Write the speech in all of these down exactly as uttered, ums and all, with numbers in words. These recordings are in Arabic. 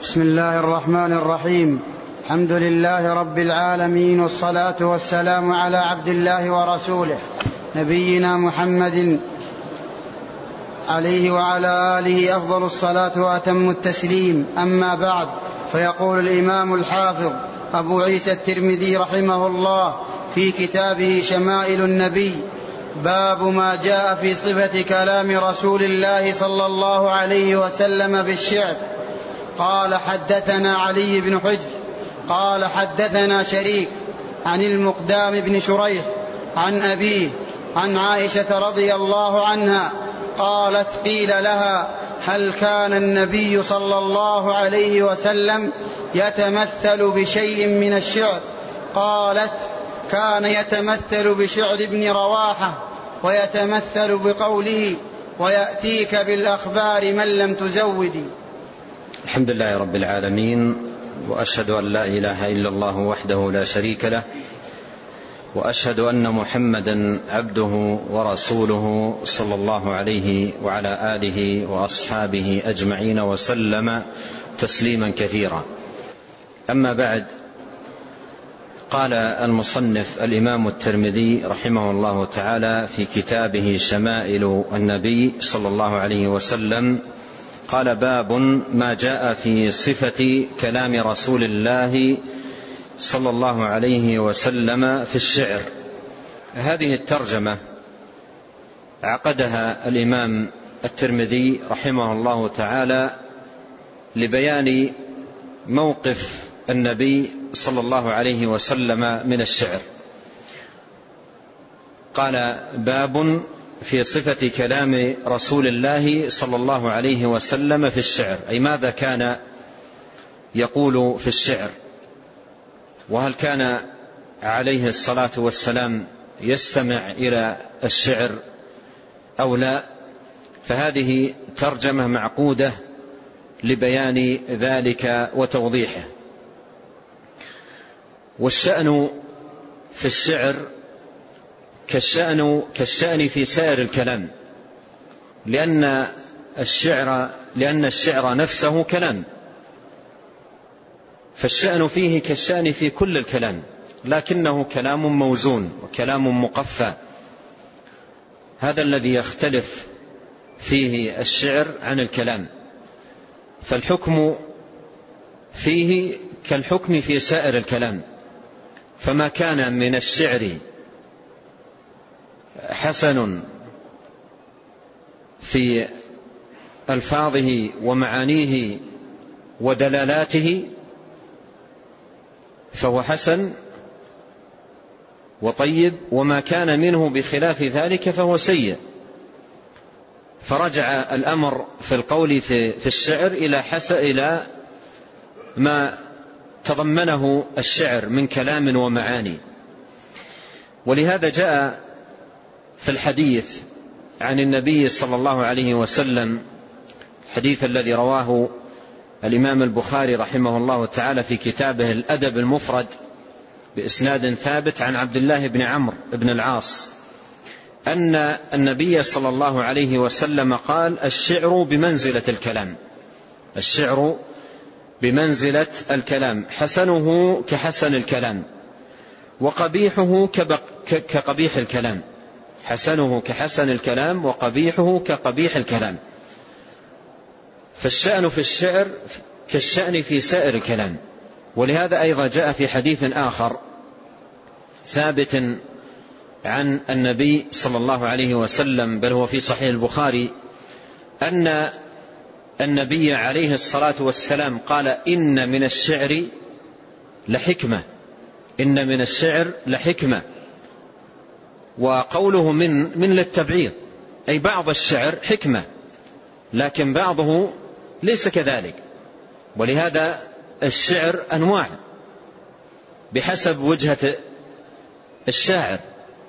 بسم الله الرحمن الرحيم. الحمد لله رب العالمين، والصلاة والسلام على عبد الله ورسوله نبينا محمد عليه وعلى آله أفضل الصلاة وأتم التسليم. أما بعد، فيقول الإمام الحافظ أبو عيسى الترمذي رحمه الله في كتابه شمائل النبي: باب ما جاء في صفة كلام رسول الله صلى الله عليه وسلم في الشعر. قال: حدثنا علي بن حجر قال حدثنا شريك عن المقدام بن شريح عن أبيه عن عائشة رضي الله عنها قالت: قيل لها: هل كان النبي صلى الله عليه وسلم يتمثل بشيء من الشعر؟ قالت: كان يتمثل بشعر ابن رواحة، ويتمثل بقوله: ويأتيك بالأخبار من لم تزودي. الحمد لله رب العالمين، وأشهد أن لا إله إلا الله وحده لا شريك له، وأشهد أن محمدا عبده ورسوله صلى الله عليه وعلى آله وأصحابه أجمعين وسلم تسليما كثيرا. أما بعد، قال المصنف الإمام الترمذي رحمه الله تعالى في كتابه شمائل النبي صلى الله عليه وسلم: قال: باب ما جاء في صفة كلام رسول الله صلى الله عليه وسلم في الشعر. هذه الترجمة عقدها الإمام الترمذي رحمه الله تعالى لبيان موقف النبي صلى الله عليه وسلم من الشعر. قال: باب في صفة كلام رسول الله صلى الله عليه وسلم في الشعر، أي ماذا كان يقول في الشعر، وهل كان عليه الصلاة والسلام يستمع إلى الشعر أو لا. فهذه ترجمة معقودة لبيان ذلك وتوضيحه. والشأن في الشعر كالشأن, كالشأن في سائر الكلام، لأن الشعر, لأن الشعر نفسه كلام، فالشأن فيه كالشأن في كل الكلام، لكنه كلام موزون وكلام مقفى. هذا الذي يختلف فيه الشعر عن الكلام، فالحكم فيه كالحكم في سائر الكلام. فما كان من الشعر حسن في ألفاظه ومعانيه ودلالاته فهو حسن وطيب، وما كان منه بخلاف ذلك فهو سيء. فرجع الأمر في القول في, في الشعر إلى حسن إلى ما تضمنه الشعر من كلام ومعاني. ولهذا جاء في الحديث عن النبي صلى الله عليه وسلم، الحديث الذي رواه الإمام البخاري رحمه الله تعالى في كتابه الأدب المفرد بإسناد ثابت عن عبد الله بن عمرو بن العاص أن النبي صلى الله عليه وسلم قال: الشعر بمنزلة الكلام، الشعر بمنزلة الكلام، حسنه كحسن الكلام، وقبيحه كقبيح الكلام. حسنه كحسن الكلام، وقبيحه كقبيح الكلام. فالشأن في الشعر كالشأن في سائر الكلام. ولهذا أيضا جاء في حديث آخر ثابت عن النبي صلى الله عليه وسلم، بل هو في صحيح البخاري، أن النبي عليه الصلاة والسلام قال: إن من الشعر لحكمة، إن من الشعر لحكمة. وقوله من من للتبعيض، أي بعض الشعر حكمة، لكن بعضه ليس كذلك. ولهذا الشعر أنواع بحسب وجهة الشاعر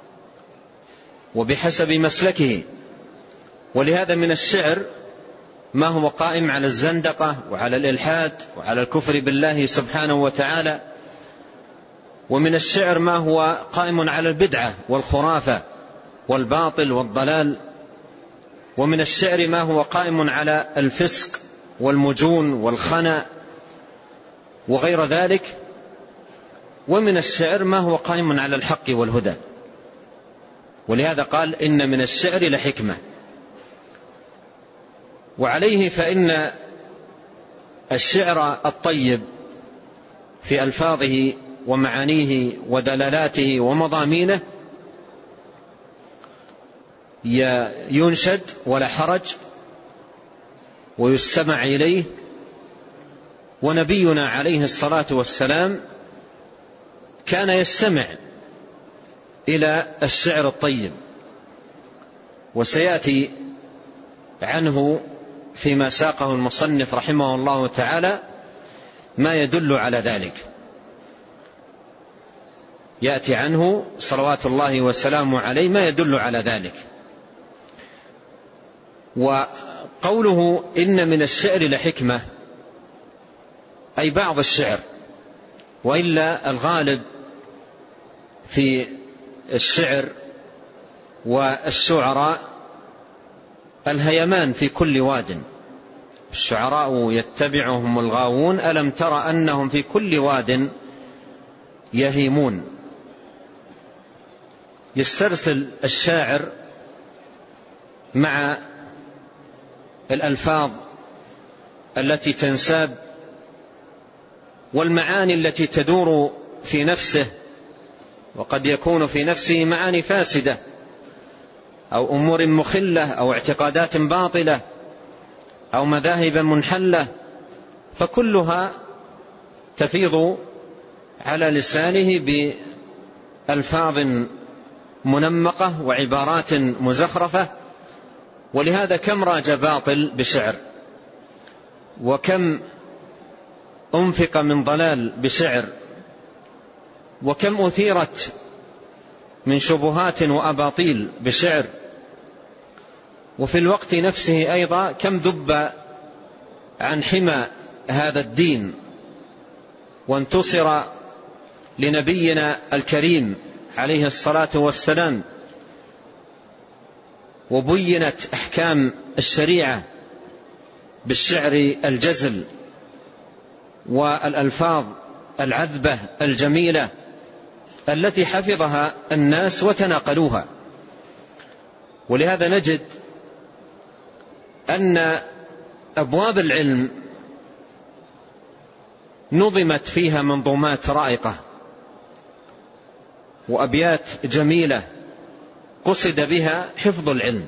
وبحسب مسلكه. ولهذا من الشعر ما هو قائم على الزندقة وعلى الإلحاد وعلى الكفر بالله سبحانه وتعالى، ومن الشعر ما هو قائم على البدعة والخرافة والباطل والضلال، ومن الشعر ما هو قائم على الفسق والمجون والخنا وغير ذلك. ومن الشعر ما هو قائم على الحق والهدى، ولهذا قال إن من الشعر لحكمة. وعليه فإن الشعر الطيب في ألفاظه ومعانيه ودلالاته ومضامينه ينشد ولا حرج ويستمع إليه. ونبينا عليه الصلاة والسلام كان يستمع إلى الشعر الطيب، وسيأتي عنه فيما ساقه المصنف رحمه الله تعالى ما يدل على ذلك. يأتي عنه صلوات الله وسلامه عليه ما يدل على ذلك. وقوله إن من الشعر لحكمة أي بعض الشعر، وإلا الغالب في الشعر والشعراء الهيمان في كل واد. الشعراء يتبعهم الغاوون ألم تر أنهم في كل واد يهيمون. يسترسل الشاعر مع الألفاظ التي تنساب والمعاني التي تدور في نفسه، وقد يكون في نفسه معاني فاسدة أو أمور مخلة أو اعتقادات باطلة أو مذاهب منحلة، فكلها تفيض على لسانه بألفاظ منمقة وعبارات مزخرفة. ولهذا كم راج باطل بشعر، وكم أنفق من ضلال بشعر، وكم أثيرت من شبهات وأباطيل بشعر. وفي الوقت نفسه أيضا كم ذب عن حمى هذا الدين وانتصر لنبينا الكريم عليه الصلاة والسلام، وبينت أحكام الشريعة بالشعر الجزل والألفاظ العذبة الجميلة التي حفظها الناس وتناقلوها. ولهذا نجد أن أبواب العلم نظمت فيها منظومات رائقة وأبيات جميلة قصد بها حفظ العلم،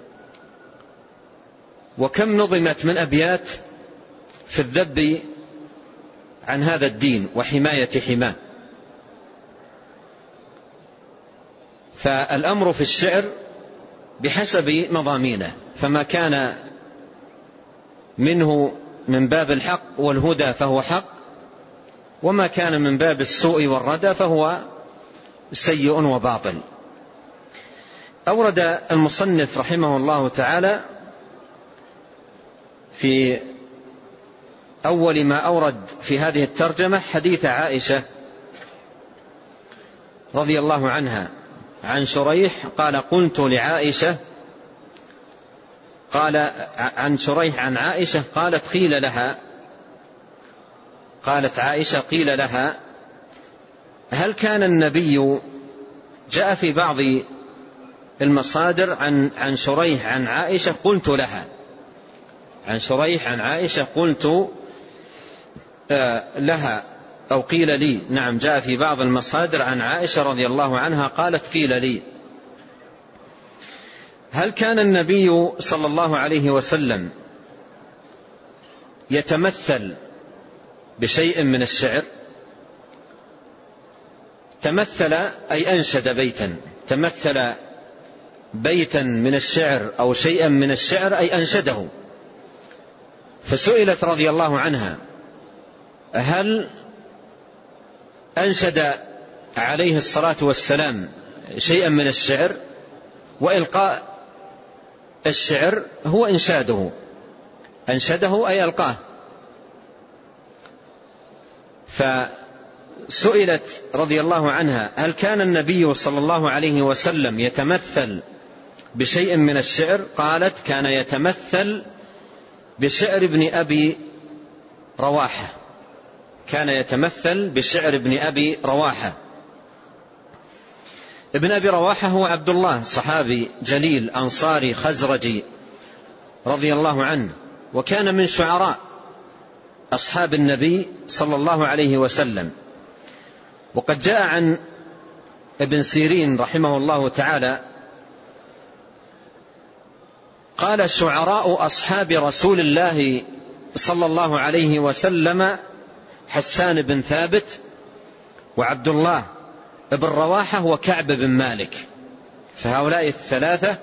وكم نظمت من أبيات في الذب عن هذا الدين وحماية حماه. فالأمر في الشعر بحسب مضامينه، فما كان منه من باب الحق والهدى فهو حق، وما كان من باب السوء والردى فهو سيء وباطل. أورد المصنف رحمه الله تعالى في أول ما أورد في هذه الترجمة حديث عائشة رضي الله عنها عن شريح قال قلت لعائشة قال عن شريح عن عائشة قالت قيل لها قالت عائشة قيل لها هل كان النبي، جاء في بعض المصادر عن عن شريح عن عائشة قلت لها، عن شريح عن عائشة قلت لها أو قيل لي. نعم، جاء في بعض المصادر عن عائشة رضي الله عنها قالت قيل لي. هل كان النبي صلى الله عليه وسلم يتمثل بشيء من الشعر؟ تمثل أي أنشد بيتا، تمثل بيتا من الشعر أو شيئا من الشعر أي أنشده. فسئلت رضي الله عنها هل أنشد عليه الصلاة والسلام شيئا من الشعر؟ وإلقاء الشعر هو إنشاده، أنشده أي ألقاه. فسئلت رضي الله عنها هل كان النبي صلى الله عليه وسلم يتمثل بشيء من الشعر؟ قالت كان يتمثل بشعر ابن أبي رواحة، كان يتمثل بشعر ابن أبي رواحة. ابن أبي رواحة هو عبد الله، صحابي جليل أنصاري خزرجي رضي الله عنه، وكان من شعراء أصحاب النبي صلى الله عليه وسلم. وقد جاء عن ابن سيرين رحمه الله تعالى قال: شعراء أصحاب رسول الله صلى الله عليه وسلم حسان بن ثابت وعبد الله بن رواحة وكعب بن مالك. فهؤلاء الثلاثة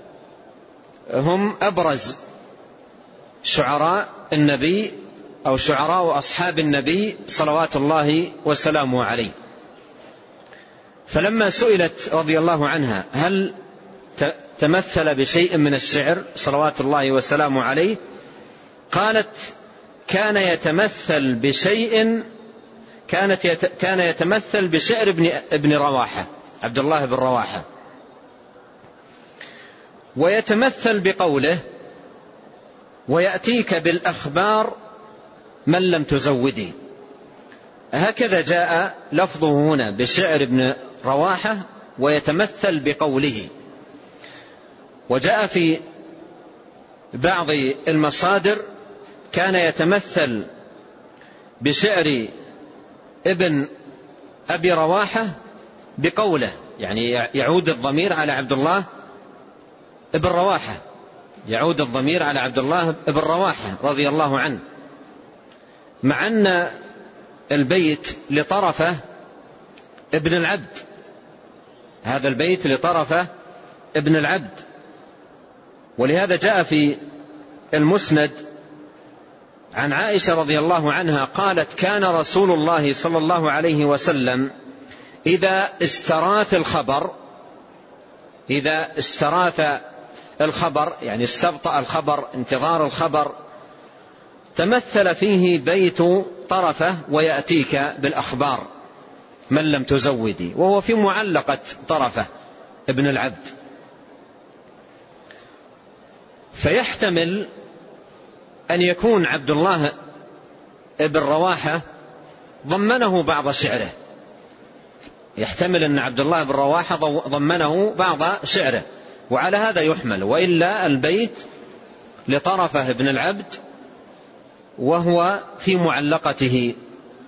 هم أبرز شعراء النبي أو شعراء أصحاب النبي صلوات الله وسلامه عليه. فلما سئلت رضي الله عنها هل تمثل بشيء من الشعر صلوات الله وسلامه عليه، قالت: كان يتمثل بشيء كانت يت... كان يتمثل بشعر ابن ابن رواحة، عبد الله بن رواحة، ويتمثل بقوله: ويأتيك بالأخبار من لم تزودي. هكذا جاء لفظه هنا بشعر ابن رواحة ويتمثل بقوله. وجاء في بعض المصادر: كان يتمثل بشعر ابن أبي رواحة بقوله، يعني يعود الضمير على عبد الله ابن رواحة، يعود الضمير على عبد الله ابن رواحة رضي الله عنه، مع أن البيت لطرفة ابن العبد، هذا البيت لطرفة ابن العبد. ولهذا جاء في المسند عن عائشة رضي الله عنها قالت: كان رسول الله صلى الله عليه وسلم إذا استراث الخبر إذا استراث الخبر يعني استبطأ الخبر، انتظار الخبر، تمثل فيه بيت طرفة ويأتيك بالأخبار من لم تزودي، وهو في معلقة طرفة ابن العبد. فيحتمل أن يكون عبد الله ابن رواحة ضمنه بعض شعره، يحتمل أن عبد الله بن رواحة ضمنه بعض شعره، وعلى هذا يحمل. وإلا البيت لطرفة ابن العبد وهو في معلقته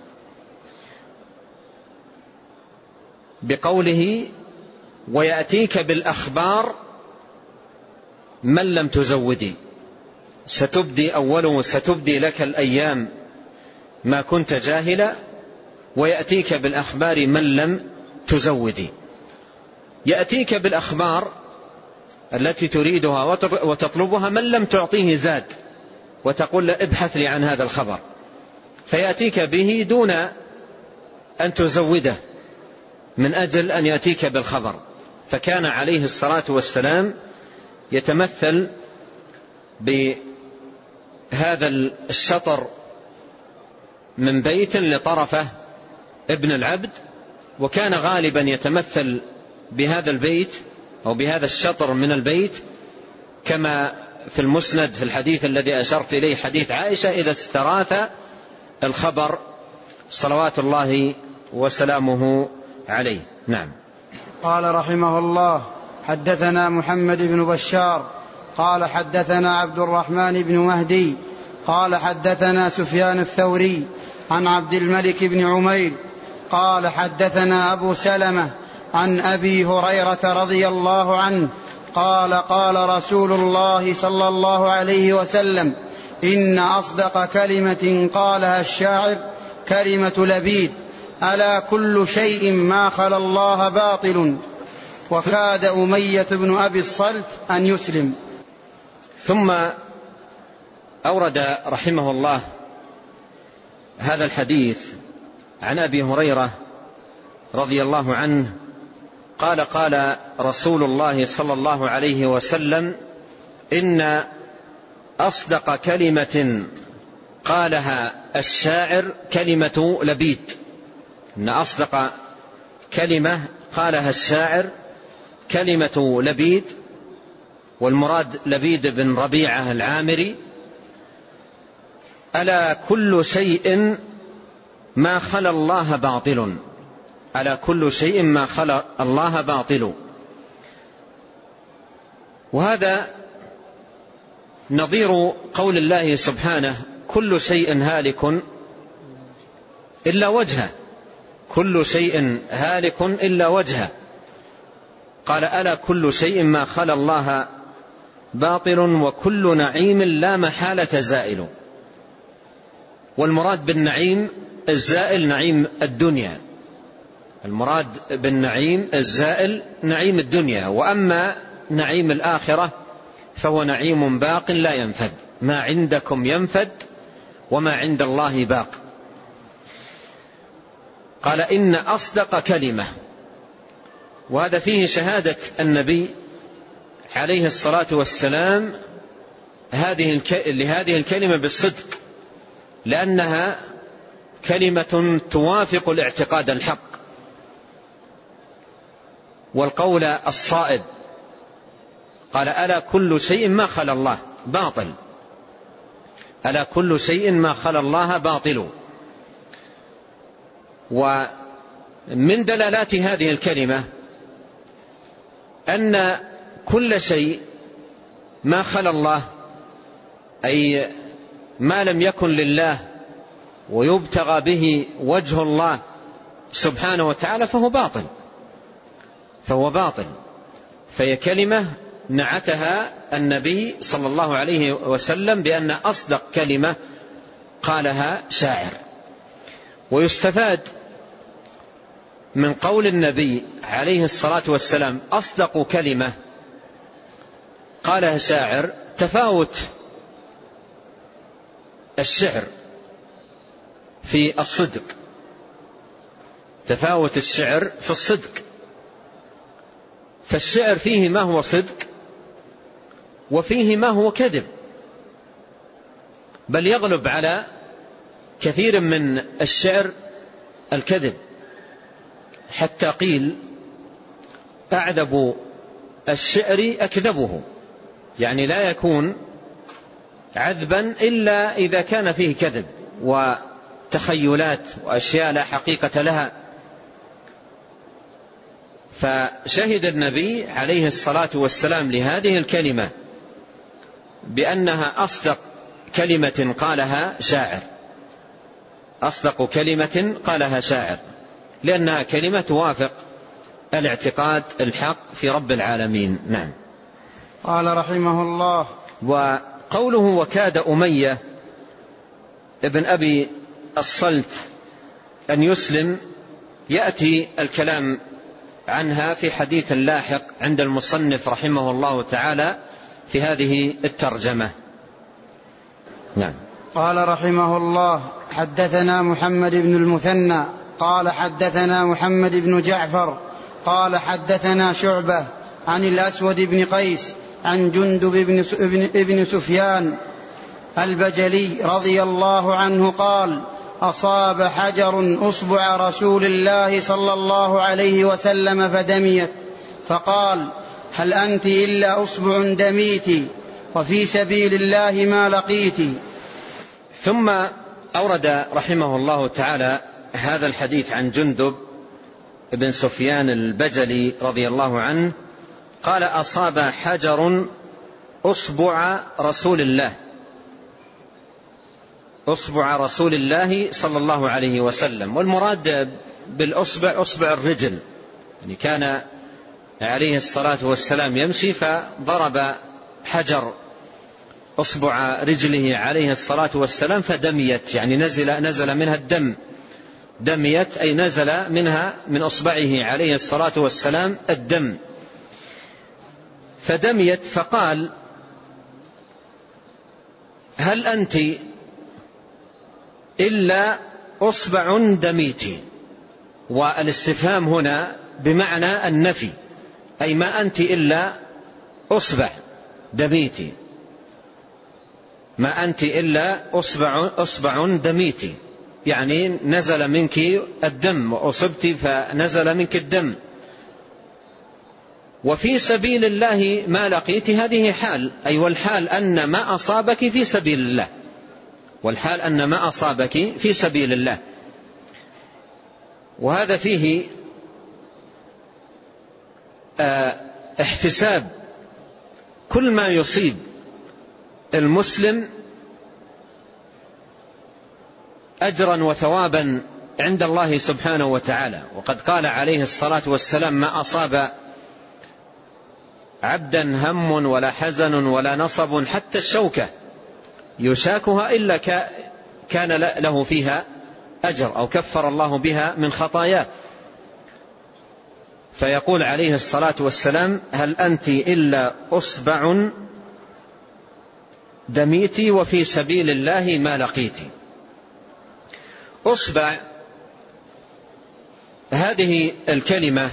بقوله: ويأتيك بالأخبار من لم تزودي. ستبدي أوله ستبدي لك الأيام ما كنت جاهلا، ويأتيك بالأخبار من لم تزودي. يأتيك بالأخبار التي تريدها وتطلبها من لم تعطيه زاد، وتقول له: ابحث لي عن هذا الخبر، فيأتيك به دون أن تزوده من أجل أن يأتيك بالخبر. فكان عليه الصلاة والسلام يتمثل بهذا الشطر من بيت لطرفة ابن العبد، وكان غالبا يتمثل بهذا البيت أو بهذا الشطر من البيت كما في المسند في الحديث الذي أشرت إليه، حديث عائشة: إذا استراث الخبر صلوات الله وسلامه عليه. نعم. قال رحمه الله: حدثنا محمد بن بشار قال حدثنا عبد الرحمن بن مهدي قال حدثنا سفيان الثوري عن عبد الملك بن عمير قال حدثنا أبو سلمة عن أبي هريرة رضي الله عنه قال: قال رسول الله صلى الله عليه وسلم: إن أصدق كلمة قالها الشاعر كلمة لبيد: ألا كل شيء ما خلا الله باطل. وكاد أمية بن أبي الصلت أن يسلم. ثم أورد رحمه الله هذا الحديث عن أبي هريرة رضي الله عنه قال: قال رسول الله صلى الله عليه وسلم: إن أصدق كلمة قالها الشاعر كلمة لبيد. إن أصدق كلمة قالها الشاعر كلمة لبيد، والمراد لبيد بن ربيعة العامري. ألا كل شيء ما خلا الله باطل، ألا كل شيء ما خلا الله باطل. وهذا نظير قول الله سبحانه: كل شيء هالك إلا وجهه، كل شيء هالك إلا وجهه. قال: ألا كل شيء ما خلا الله باطل وكل نعيم لا محالة زائل. والمراد بالنعيم الزائل نعيم الدنيا، المراد بالنعيم الزائل نعيم الدنيا. وأما نعيم الآخرة فهو نعيم باق لا ينفد، ما عندكم ينفد وما عند الله باق. قال: إن أصدق كلمة، وهذا فيه شهادة النبي عليه الصلاة والسلام هذه لهذه الكلمة بالصدق، لأنها كلمة توافق الاعتقاد الحق والقول الصائب. قال: ألا كل شيء ما خلا الله باطل، ألا كل شيء ما خلا الله باطل. ومن دلالات هذه الكلمة أن كل شيء ما خلا الله، أي ما لم يكن لله ويبتغى به وجه الله سبحانه وتعالى فهو باطل، فهو باطل. فهي كلمة نعتها النبي صلى الله عليه وسلم بأن أصدق كلمة قالها شاعر. ويستفاد من قول النبي عليه الصلاة والسلام أصدق كلمة قالها شاعر تفاوت الشعر في الصدق، تفاوت الشعر في الصدق. فالشعر فيه ما هو صدق وفيه ما هو كذب، بل يغلب على كثير من الشعر الكذب، حتى قيل أعذب الشعر أكذبه، يعني لا يكون عذبا إلا إذا كان فيه كذب وتخيلات وأشياء لا حقيقة لها. فشهد النبي عليه الصلاة والسلام لهذه الكلمة بأنها أصدق كلمة قالها شاعر، أصدق كلمة قالها شاعر، لأنها كلمة توافق الاعتقاد الحق في رب العالمين. نعم. قال رحمه الله: وقوله وكاد أمية ابن أبي الصلت أن يسلم يأتي الكلام عنها في حديث لاحق عند المصنف رحمه الله تعالى في هذه الترجمة. نعم. قال رحمه الله: حدثنا محمد بن المثنى قال حدثنا محمد بن جعفر قال حدثنا شعبة عن الأسود بن قيس عن جندب بن, بن سفيان البجلي رضي الله عنه قال: أصاب حجر أصبع رسول الله صلى الله عليه وسلم فدميت، فقال: هل أنت إلا أصبع دميت وفي سبيل الله ما لقيت. ثم أورد رحمه الله تعالى هذا الحديث عن جندب بن سفيان البجلي رضي الله عنه قال: أصاب حجر أصبع رسول الله، أصبع رسول الله صلى الله عليه وسلم. والمراد بالأصبع أصبع الرجل، يعني كان عليه الصلاة والسلام يمشي فضرب حجر أصبع رجله عليه الصلاة والسلام فدميت، يعني نزل, نزل منها الدم، دميت أي نزل منها من أصبعه عليه الصلاة والسلام الدم فدميت. فقال: هل أنت إلا أصبع دميت. والاستفهام هنا بمعنى النفي، أي ما أنت إلا أصبع دميت، ما أنت إلا أصبع, أصبع دميت، يعني نزل منك الدم وأصبت فنزل منك الدم. وفي سبيل الله ما لقيت، هذه حال، أي والحال أن ما أصابك في سبيل الله، والحال أن ما أصابك في سبيل الله. وهذا فيه احتساب كل ما يصيب المسلم أجرا وثوابا عند الله سبحانه وتعالى. وقد قال عليه الصلاة والسلام: ما أصاب عبدا هم ولا حزن ولا نصب حتى الشوكة يشاكها إلا كان له فيها أجر أو كفر الله بها من خطاياه. فيقول عليه الصلاة والسلام: هل أنت إلا أصبع دميت وفي سبيل الله ما لقيت. أصبع هذه الكلمة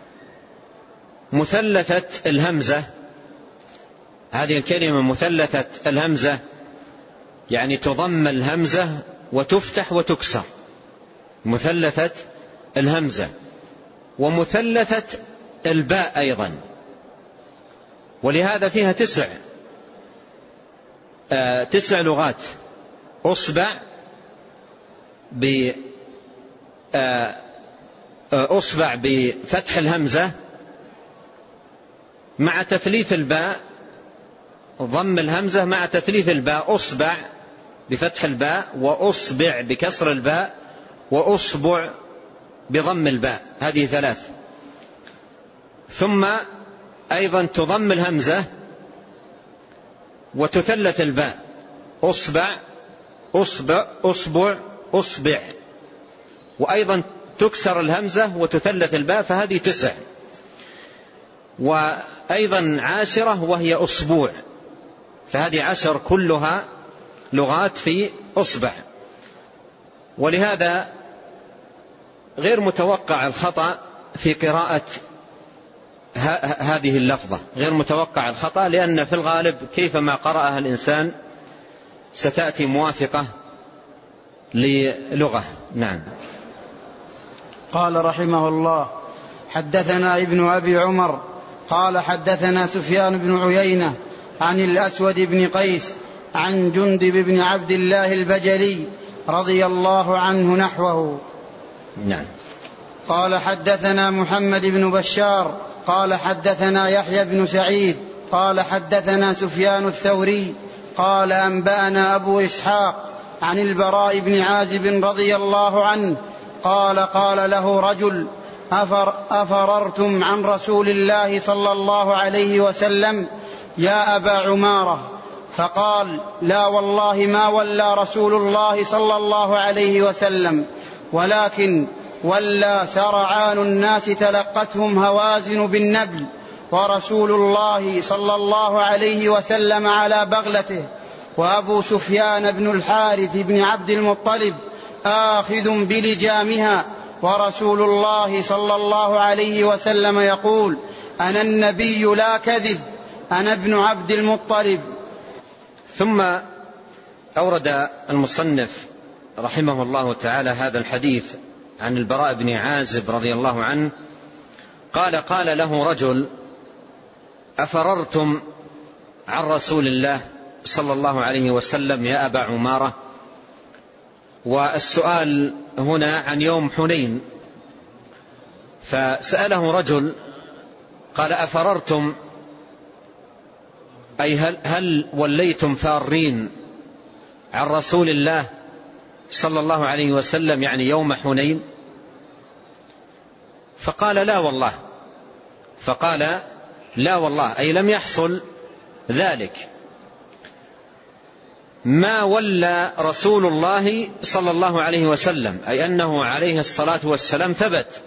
مثلثة الهمزة، هذه الكلمة مثلثة الهمزة، يعني تضم الهمزة وتفتح وتكسر، مثلثة الهمزة، ومثلثة الباء أيضا، ولهذا فيها تسع آه تسع لغات. أصبع ب آه أصبع بفتح الهمزة مع تثليث الباء، ضم الهمزة مع تثليث الباء، أصبع بفتح الباء، وأصبع بكسر الباء، وأصبع بضم الباء، هذه ثلاث. ثم أيضا تضم الهمزة وتثلث الباء، أصبع أصبع أصبع أصبع، وأيضا تكسر الهمزة وتثلث الباء، فهذه تسع. وأيضا عاشرة وهي أصبوع، فهذه عشر كلها لغات في أصبع. ولهذا غير متوقع الخطأ في قراءة هذه اللفظة، غير متوقع الخطأ، لأن في الغالب كيفما قرأها الإنسان ستأتي موافقة للغة. نعم. قال رحمه الله: حدثنا ابن أبي عمر قال حدثنا سفيان بن عيينة عن الأسود بن قيس عن جندب بن عبد الله البجلي رضي الله عنه نحوه. نعم. قال حدثنا محمد بن بشار قال حدثنا يحيى بن سعيد قال حدثنا سفيان الثوري قال أنبأنا أبو إسحاق عن البراء بن عازب رضي الله عنه قال قال له رجل: أفر أفررتم عن رسول الله صلى الله عليه وسلم يا أبا عمارة؟ فقال: لا والله ما ولى رسول الله صلى الله عليه وسلم، ولكن ولى سرعان الناس تلقتهم هوازن بالنبل، ورسول الله صلى الله عليه وسلم على بغلته، وأبو سفيان بن الحارث بن عبد المطلب آخذ بلجامها، ورسول الله صلى الله عليه وسلم يقول: أنا النبي لا كذب، أنا ابن عبد المطلب. ثم أورد المصنف رحمه الله تعالى هذا الحديث عن البراء بن عازب رضي الله عنه قال: قال له رجل: أفررتم عن رسول الله صلى الله عليه وسلم يا أبا عمارة؟ والسؤال هنا عن يوم حنين، فسأله رجل قال: أفررتم أي هل, هل وليتم فارين عن رسول الله صلى الله عليه وسلم يعني يوم حنين؟ فقال: لا والله. فقال: لا والله أي لم يحصل ذلك، ما ولى رسول الله صلى الله عليه وسلم، أي أنه عليه الصلاة والسلام ثبت،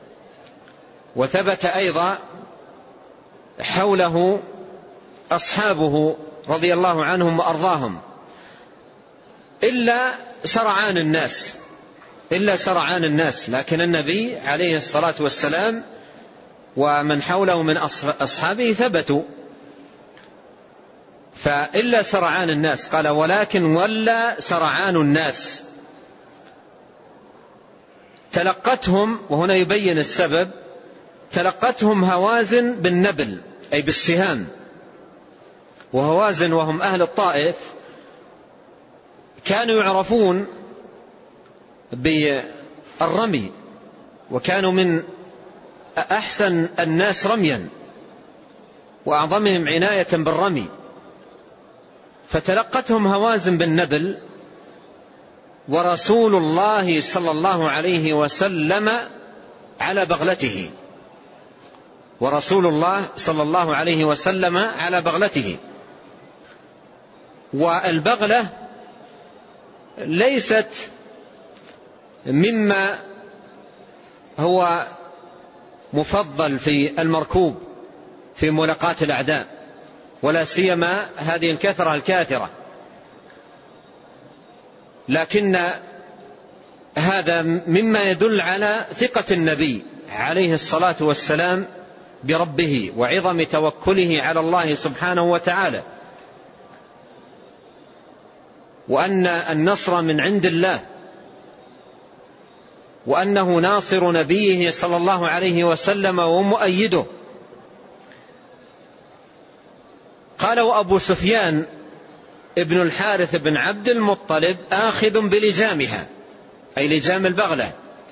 وثبت أيضا حوله أصحابه رضي الله عنهم وأرضاهم، إلا سرعان الناس إلا سرعان الناس لكن النبي عليه الصلاة والسلام ومن حوله من أصحابه ثبتوا، فإلا سرعان الناس. قال: ولكن ولى سرعان الناس تلقتهم، وهنا يبين السبب، تلقتهم هوازن بالنبل أي بالسهام، وهوازن وهم أهل الطائف كانوا يعرفون بالرمي وكانوا من أحسن الناس رميا وأعظمهم عناية بالرمي، فتلقتهم هوازن بن نبل، ورسول الله صلى الله عليه وسلم على بغلته ورسول الله صلى الله عليه وسلم على بغلته. والبغلة ليست مما هو مفضل في المركوب في ملاقاة الأعداء، ولا سيما هذه الكثرة الكاثرة، لكن هذا مما يدل على ثقة النبي عليه الصلاة والسلام بربه وعظم توكله على الله سبحانه وتعالى، وأن النصر من عند الله، وأنه ناصر نبيه صلى الله عليه وسلم ومؤيده. قال: وأبو سفيان ابن الحارث بن عبد المطلب آخذ بلجامها، أي لجام البغلة.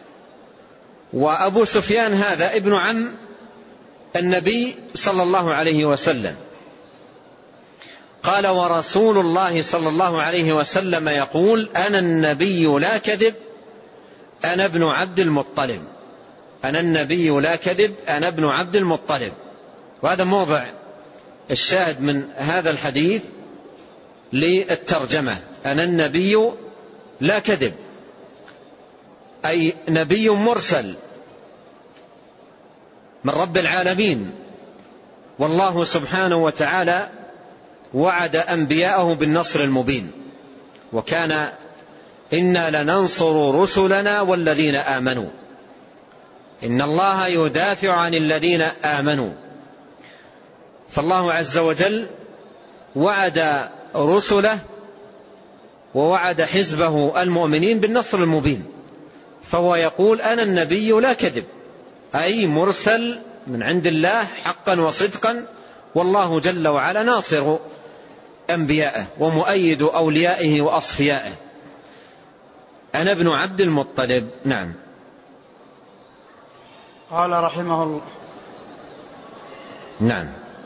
وأبو سفيان هذا ابن عم النبي صلى الله عليه وسلم. قال: ورسول الله صلى الله عليه وسلم يقول: أنا النبي لا كذب أنا ابن عبد المطلب. أنا النبي لا كذب أنا ابن عبد المطلب. وهذا موضع الشاهد من هذا الحديث للترجمة: أنا النبي لا كذب، أي نبي مرسل من رب العالمين، والله سبحانه وتعالى وعد أنبياءه بالنصر المبين، وكان إنا لننصر رسلنا والذين آمنوا، إن الله يدافع عن الذين آمنوا. فالله عز وجل وعد رسله ووعد حزبه المؤمنين بالنصر المبين، فهو يقول: أنا النبي لا كذب، أي مرسل من عند الله حقا وصدقا، والله جل وعلا ناصر أنبيائه ومؤيد أوليائه وأصفيائه. أنا ابن عبد المطلب. نعم. قال رحمه الله: نعم.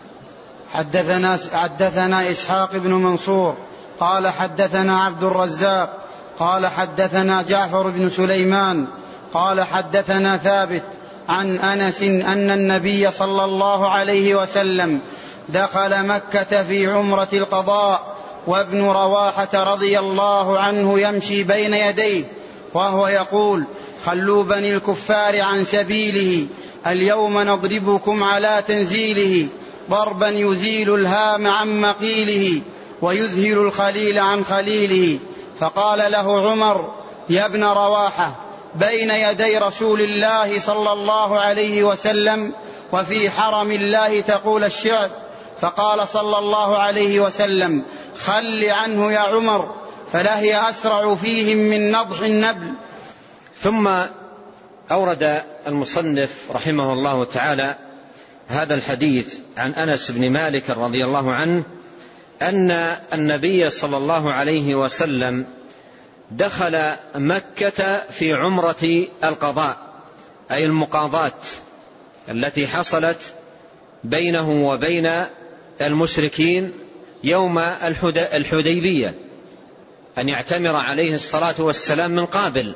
حدثنا, حدثنا إسحاق بن منصور قال حدثنا عبد الرزاق قال حدثنا جعفر بن سليمان قال حدثنا ثابت عن أنس أن النبي صلى الله عليه وسلم دخل مكة في عمرة القضاء، وابن رواحة رضي الله عنه يمشي بين يديه وهو يقول: خلوا بني الكفار عن سبيله، اليوم نضربكم على تنزيله، ضربا يزيل الهام عن مقيله ويذهل الخليل عن خليله. فقال له عمر: يا ابن رواحة، بين يدي رسول الله صلى الله عليه وسلم وفي حرم الله تقول الشعر. فقال صلى الله عليه وسلم: خل عنه يا عمر، فلهي أسرع فيهم من نضح النبل. ثم أورد المصنف رحمه الله تعالى هذا الحديث عن أنس بن مالك رضي الله عنه أن النبي صلى الله عليه وسلم دخل مكة في عمرة القضاء، أي المقاضاة التي حصلت بينه وبين المشركين يوم الحديبية، أن يعتمر عليه الصلاة والسلام من قابل.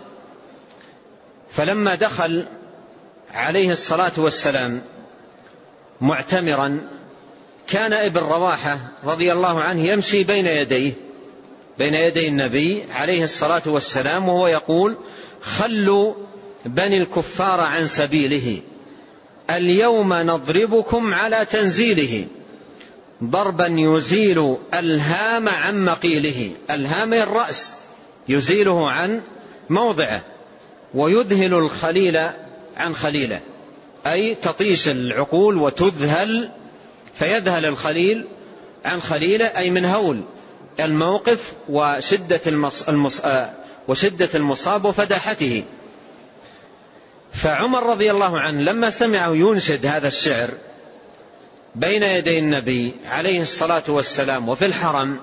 فلما دخل عليه الصلاة والسلام معتمرا، كان ابن رواحة رضي الله عنه يمشي بين يديه بين يدي النبي عليه الصلاة والسلام وهو يقول: خلوا بني الكفار عن سبيله، اليوم نضربكم على تنزيله، ضربا يزيل الهام عن مقيله. الهام الرأس يزيله عن موضعه، ويذهل الخليل عن خليله، أي تطيش العقول وتذهل، فيذهل الخليل عن خليله، أي من هول الموقف وشدة, المص... المص... وشدة المصاب وفداحته. فعمر رضي الله عنه لما سمعه ينشد هذا الشعر بين يدي النبي عليه الصلاة والسلام وفي الحرم،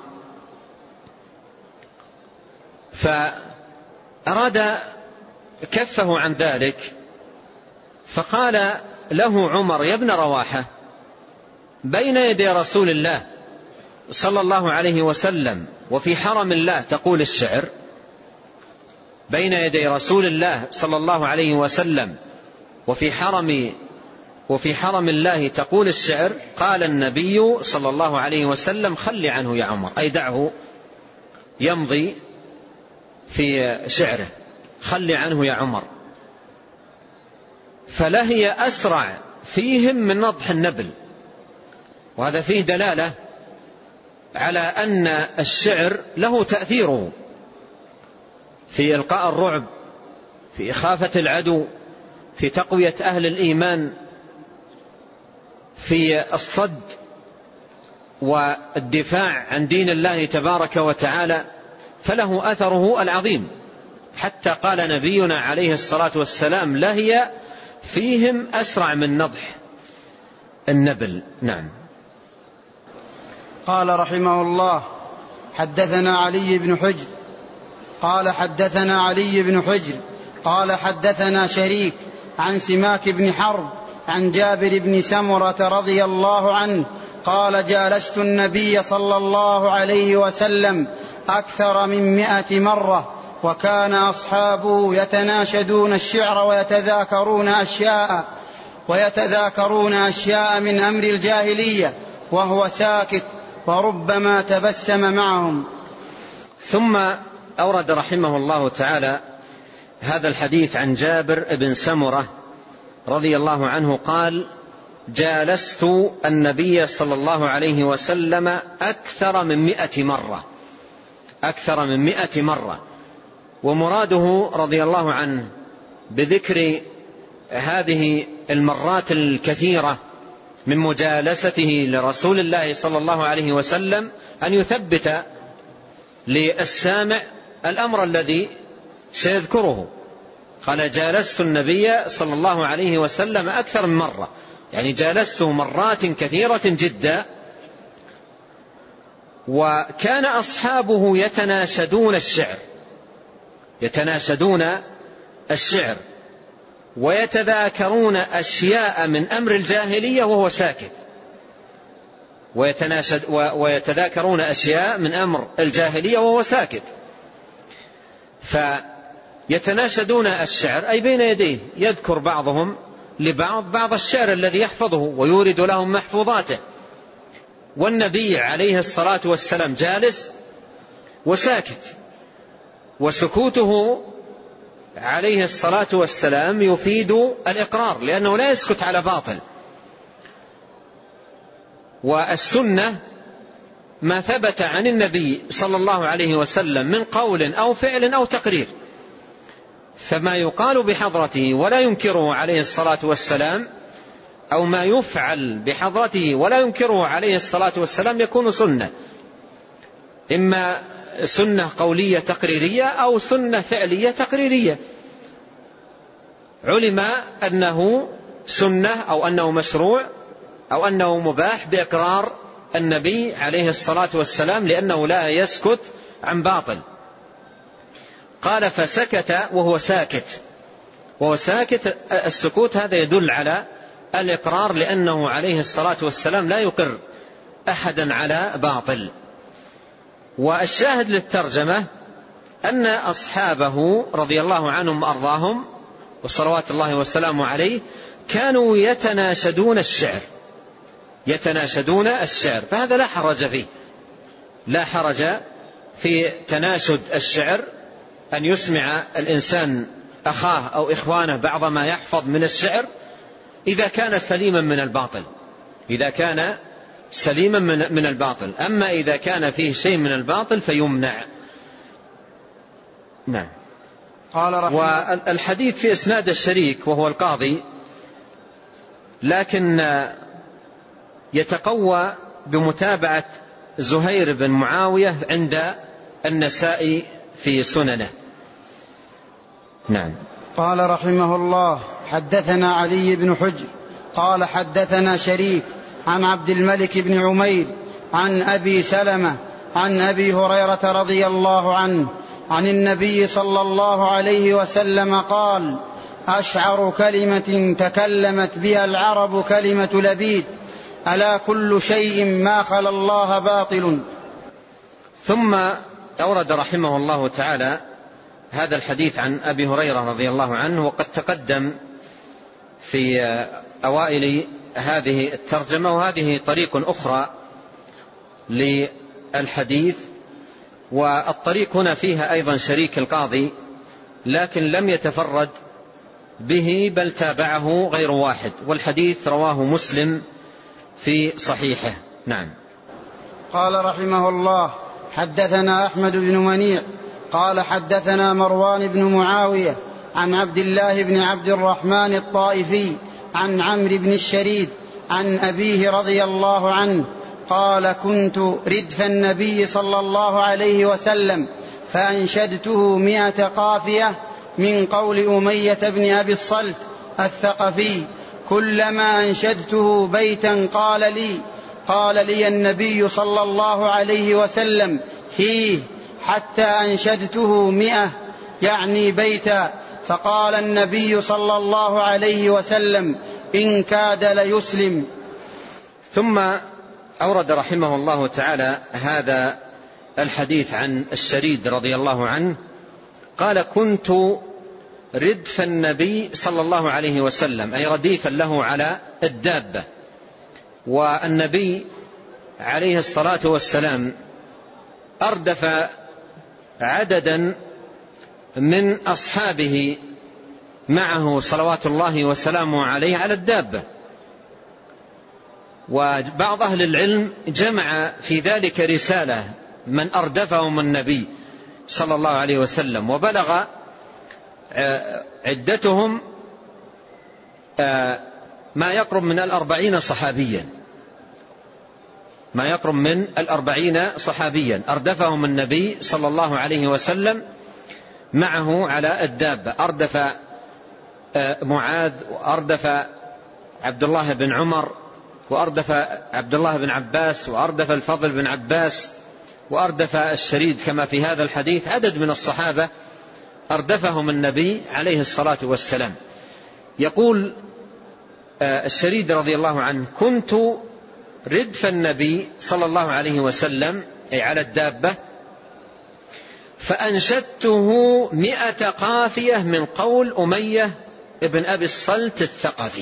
فأراد كفه عن ذلك فقال له عمر: يا ابن رواحة، بين يدي رسول الله صلى الله عليه وسلم وفي حرم الله تقول الشعر؟ بين يدي رسول الله صلى الله عليه وسلم وفي حرم وفي حرم الله تقول الشعر؟ قال النبي صلى الله عليه وسلم: خل عنه يا عمر، أي دعه يمضي في شعره، خل عنه يا عمر، فلهي أسرع فيهم من نضح النبل. وهذا فيه دلالة على أن الشعر له تأثيره في إلقاء الرعب، في إخافة العدو، في تقوية أهل الإيمان، في الصد والدفاع عن دين الله تبارك وتعالى، فله أثره العظيم، حتى قال نبينا عليه الصلاة والسلام: لهي فيهم أسرع من نضح النبل. نعم. قال رحمه الله: حدثنا علي بن حجر قال حدثنا علي بن حجر قال حدثنا شريك عن سماك بن حرب عن جابر بن سمرة رضي الله عنه قال: جالست النبي صلى الله عليه وسلم أكثر من مئة مرة، وكان أصحابه يتناشدون الشعر ويتذاكرون أشياء ويتذاكرون أشياء من أمر الجاهلية وهو ساكت، وربما تبسم معهم. ثم أورد رحمه الله تعالى هذا الحديث عن جابر بن سمرة رضي الله عنه قال: جالست النبي صلى الله عليه وسلم أكثر من مئة مرة، أكثر من مئة مرة. ومراده رضي الله عنه بذكر هذه المرات الكثيرة من مجالسته لرسول الله صلى الله عليه وسلم أن يثبت للسامع الأمر الذي سيذكره. قال: جالست النبي صلى الله عليه وسلم أكثر من مرة، يعني جالسته مرات كثيرة جدا. وكان أصحابه يتناشدون الشعر يتناشدون الشعر ويتذاكرون أشياء من أمر الجاهلية وهو ساكت، ويتناشد ويتذاكرون أشياء من أمر الجاهلية وهو ساكت. فيتناشدون الشعر أي بين يديه، يذكر بعضهم لبعض بعض الشعر الذي يحفظه ويورد لهم محفوظاته، والنبي عليه الصلاة والسلام جالس وساكت، وسكوته عليه الصلاة والسلام يفيد الإقرار، لأنه لا يسكت على باطل. والسنة ما ثبت عن النبي صلى الله عليه وسلم من قول أو فعل أو تقرير، فما يقال بحضرته ولا ينكره عليه الصلاة والسلام، أو ما يفعل بحضرته ولا ينكره عليه الصلاة والسلام، يكون سنة، إما سنة قولية تقريرية أو سنة فعلية تقريرية، علم أنه سنة أو أنه مشروع أو أنه مباح بإقرار النبي عليه الصلاة والسلام، لأنه لا يسكت عن باطل. قال: فسكت وهو ساكت، وهو ساكت، السكوت هذا يدل على الإقرار، لأنه عليه الصلاة والسلام لا يقر أحدا على باطل. والشاهد للترجمة أن أصحابه رضي الله عنهم وأرضاهم وصلوات الله وسلامه عليه كانوا يتناشدون الشعر يتناشدون الشعر فهذا لا حرج فيه، لا حرج في تناشد الشعر، أن يسمع الإنسان أخاه أو إخوانه بعض ما يحفظ من الشعر، إذا كان سليما من الباطل إذا كان سليما من من الباطل أما إذا كان فيه شيء من الباطل فيمنع. نعم. قال والحديث في إسناد الشريك وهو القاضي، لكن يتقوى بمتابعة زهير بن معاوية عند النسائي في سننه. نعم. قال رحمه الله: حدثنا علي بن حجر قال حدثنا شريك عن عبد الملك بن عمير عن أبي سلمة عن أبي هريرة رضي الله عنه عن النبي صلى الله عليه وسلم قال: أشعر كلمة تكلمت بها العرب كلمة لبيد: ألا كل شيء ما خلا الله باطل. ثم أورد رحمه الله تعالى هذا الحديث عن أبي هريرة رضي الله عنه، وقد تقدم في أوائل هذه الترجمة، وهذه طريق أخرى للحديث. والطريق هنا فيها أيضا شريك القاضي، لكن لم يتفرد به بل تابعه غير واحد، والحديث رواه مسلم في صحيحه. نعم. قال رحمه الله: حدثنا أحمد بن منيع قال حدثنا مروان بن معاوية عن عبد الله بن عبد الرحمن الطائفي عن عمرو بن الشريد عن أبيه رضي الله عنه قال: كنت ردف النبي صلى الله عليه وسلم فأنشدته مئة قافية من قول أمية بن أبي الصلت الثقفي، كلما أنشدته بيتا قال لي قال لي النبي صلى الله عليه وسلم: هيه، حتى أنشدته مئة، يعني بيتا، فقال النبي صلى الله عليه وسلم: إن كاد ليسلم. ثم أورد رحمه الله تعالى هذا الحديث عن الشريد رضي الله عنه قال: كنت ردف النبي صلى الله عليه وسلم، أي رديفا له على الدابة. والنبي عليه الصلاة والسلام أردف عددا من أصحابه معه صلوات الله وسلامه عليه على الدابة. وبعض أهل العلم جمع في ذلك رسالة من أردفهم النبي صلى الله عليه وسلم، وبلغ عدتهم ما يقرب من الأربعين صحابيا ما يقرب من الأربعين صحابيا أردفهم النبي صلى الله عليه وسلم معه على الدابة. أردف معاذ، وأردف عبد الله بن عمر، وأردف عبد الله بن عباس، وأردف الفضل بن عباس، وأردف الشريد كما في هذا الحديث. عدد من الصحابة أردفهم النبي عليه الصلاة والسلام. يقول الشريد رضي الله عنه: كنت ردف النبي صلى الله عليه وسلم، أي على الدابة، فأنشدته مئة قافية من قول أمية ابن أبي الصلت الثقفي.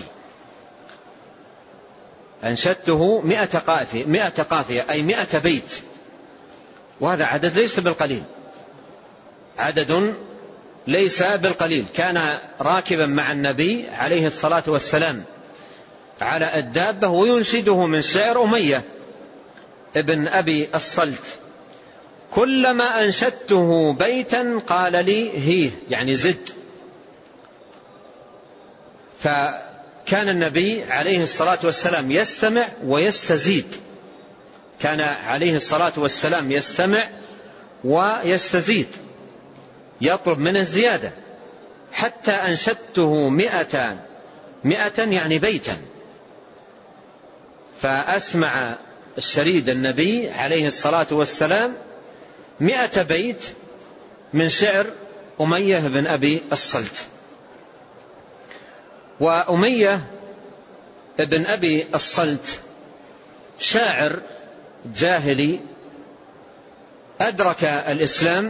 أنشدته مئة قافية, مئة قافية أي مئة بيت، وهذا عدد ليس بالقليل، عدد ليس بالقليل. كان راكبا مع النبي عليه الصلاة والسلام على الدابة وينشده من شعر أمية ابن أبي الصلت: كلما أنشدته بيتا قال لي هيه، يعني زد. فكان النبي عليه الصلاة والسلام يستمع ويستزيد، كان عليه الصلاة والسلام يستمع ويستزيد، يطلب من الزيادة، حتى أنشدته مئة مئة يعني بيتا. فأسمع الشريد النبي عليه الصلاة والسلام مئة بيت من شعر أمية بن أبي الصلت. وأمية بن أبي الصلت شاعر جاهلي أدرك الإسلام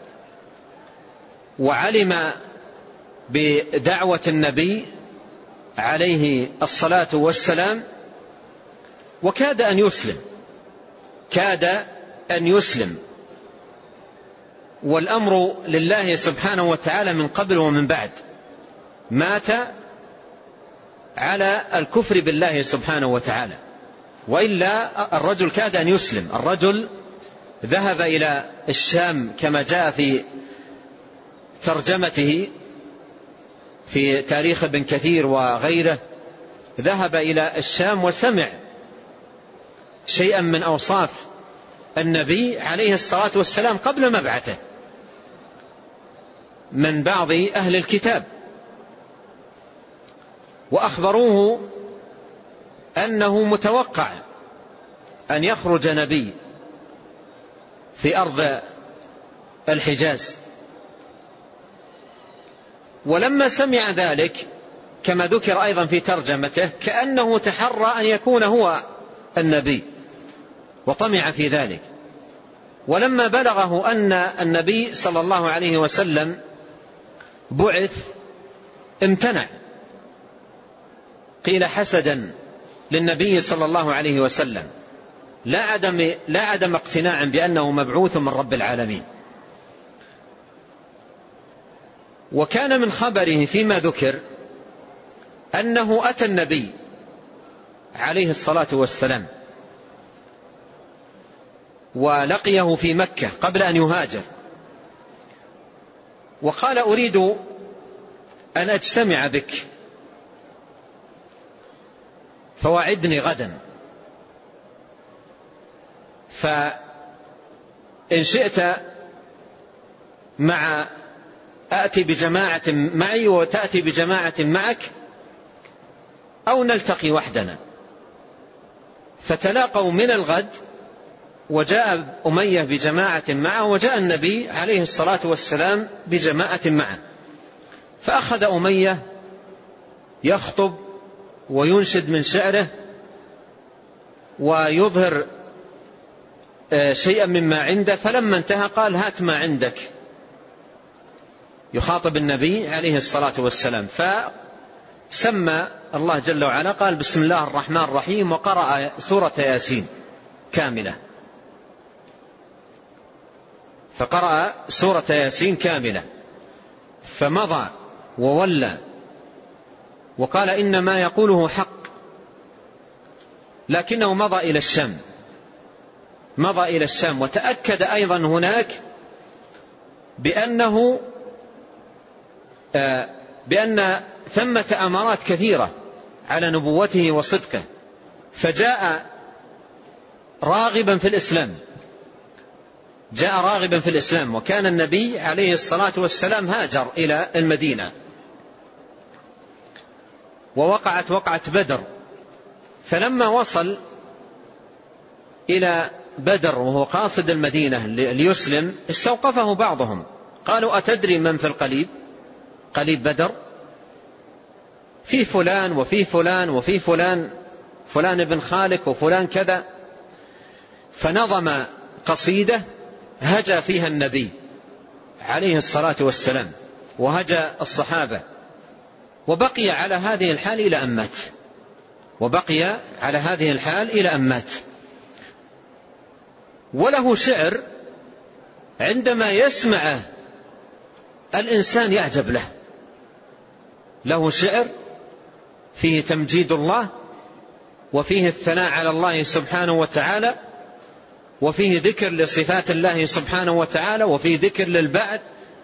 وعلم بدعوة النبي عليه الصلاة والسلام، وكاد أن يسلم كاد أن يسلم والأمر لله سبحانه وتعالى من قبل ومن بعد. مات على الكفر بالله سبحانه وتعالى، وإلا الرجل كاد أن يسلم. الرجل ذهب إلى الشام كما جاء في ترجمته في تاريخ ابن كثير وغيره، ذهب إلى الشام وسمع شيئا من أوصاف النبي عليه الصلاة والسلام قبل مبعثه من بعض أهل الكتاب، وأخبروه أنه متوقع أن يخرج نبي في أرض الحجاز. ولما سمع ذلك كما ذكر أيضا في ترجمته كأنه تحرى أن يكون هو النبي وطمع في ذلك. ولما بلغه أن النبي صلى الله عليه وسلم بعث امتنع، قيل حسدا للنبي صلى الله عليه وسلم، لا عدم, لا عدم اقتناع بأنه مبعوث من رب العالمين. وكان من خبره فيما ذكر أنه أتى النبي عليه الصلاة والسلام ولقيه في مكة قبل أن يهاجر، وقال أريد أن أجتمع بك فواعدني غدا، فإن شئت مع أأتي بجماعة معي وتأتي بجماعة معك أو نلتقي وحدنا. فتلاقوا من الغد وجاء أمية بجماعة معه وجاء النبي عليه الصلاة والسلام بجماعة معه، فأخذ أمية يخطب وينشد من شعره ويظهر شيئا مما عنده، فلما انتهى قال هات ما عندك، يخاطب النبي عليه الصلاة والسلام. فسمى الله جل وعلا، قال بسم الله الرحمن الرحيم، وقرأ سورة ياسين كاملة، فقرأ سورة ياسين كاملة فمضى وولى وقال إنما يقوله حق، لكنه مضى إلى الشام مضى إلى الشام وتأكد أيضا هناك بأنه بأن ثمة أمارات كثيرة على نبوته وصدقه، فجاء راغبا في الإسلام جاء راغبا في الإسلام وكان النبي عليه الصلاة والسلام هاجر إلى المدينة، ووقعت وقعة بدر. فلما وصل إلى بدر وهو قاصد المدينة ليسلم استوقفه بعضهم، قالوا أتدري من في القليب؟ قليب بدر في فلان وفي فلان وفي فلان، فلان بن خالك وفلان كذا. فنظم قصيدة هجا فيها النبي عليه الصلاة والسلام وهجا الصحابة، وبقي على هذه الحال إلى أن مات وبقي على هذه الحال إلى أن مات. وله شعر عندما يسمعه الإنسان يعجب له، له شعر فيه تمجيد الله وفيه الثناء على الله سبحانه وتعالى، وفيه ذكر لصفات الله سبحانه وتعالى، وفيه ذكر للبعث،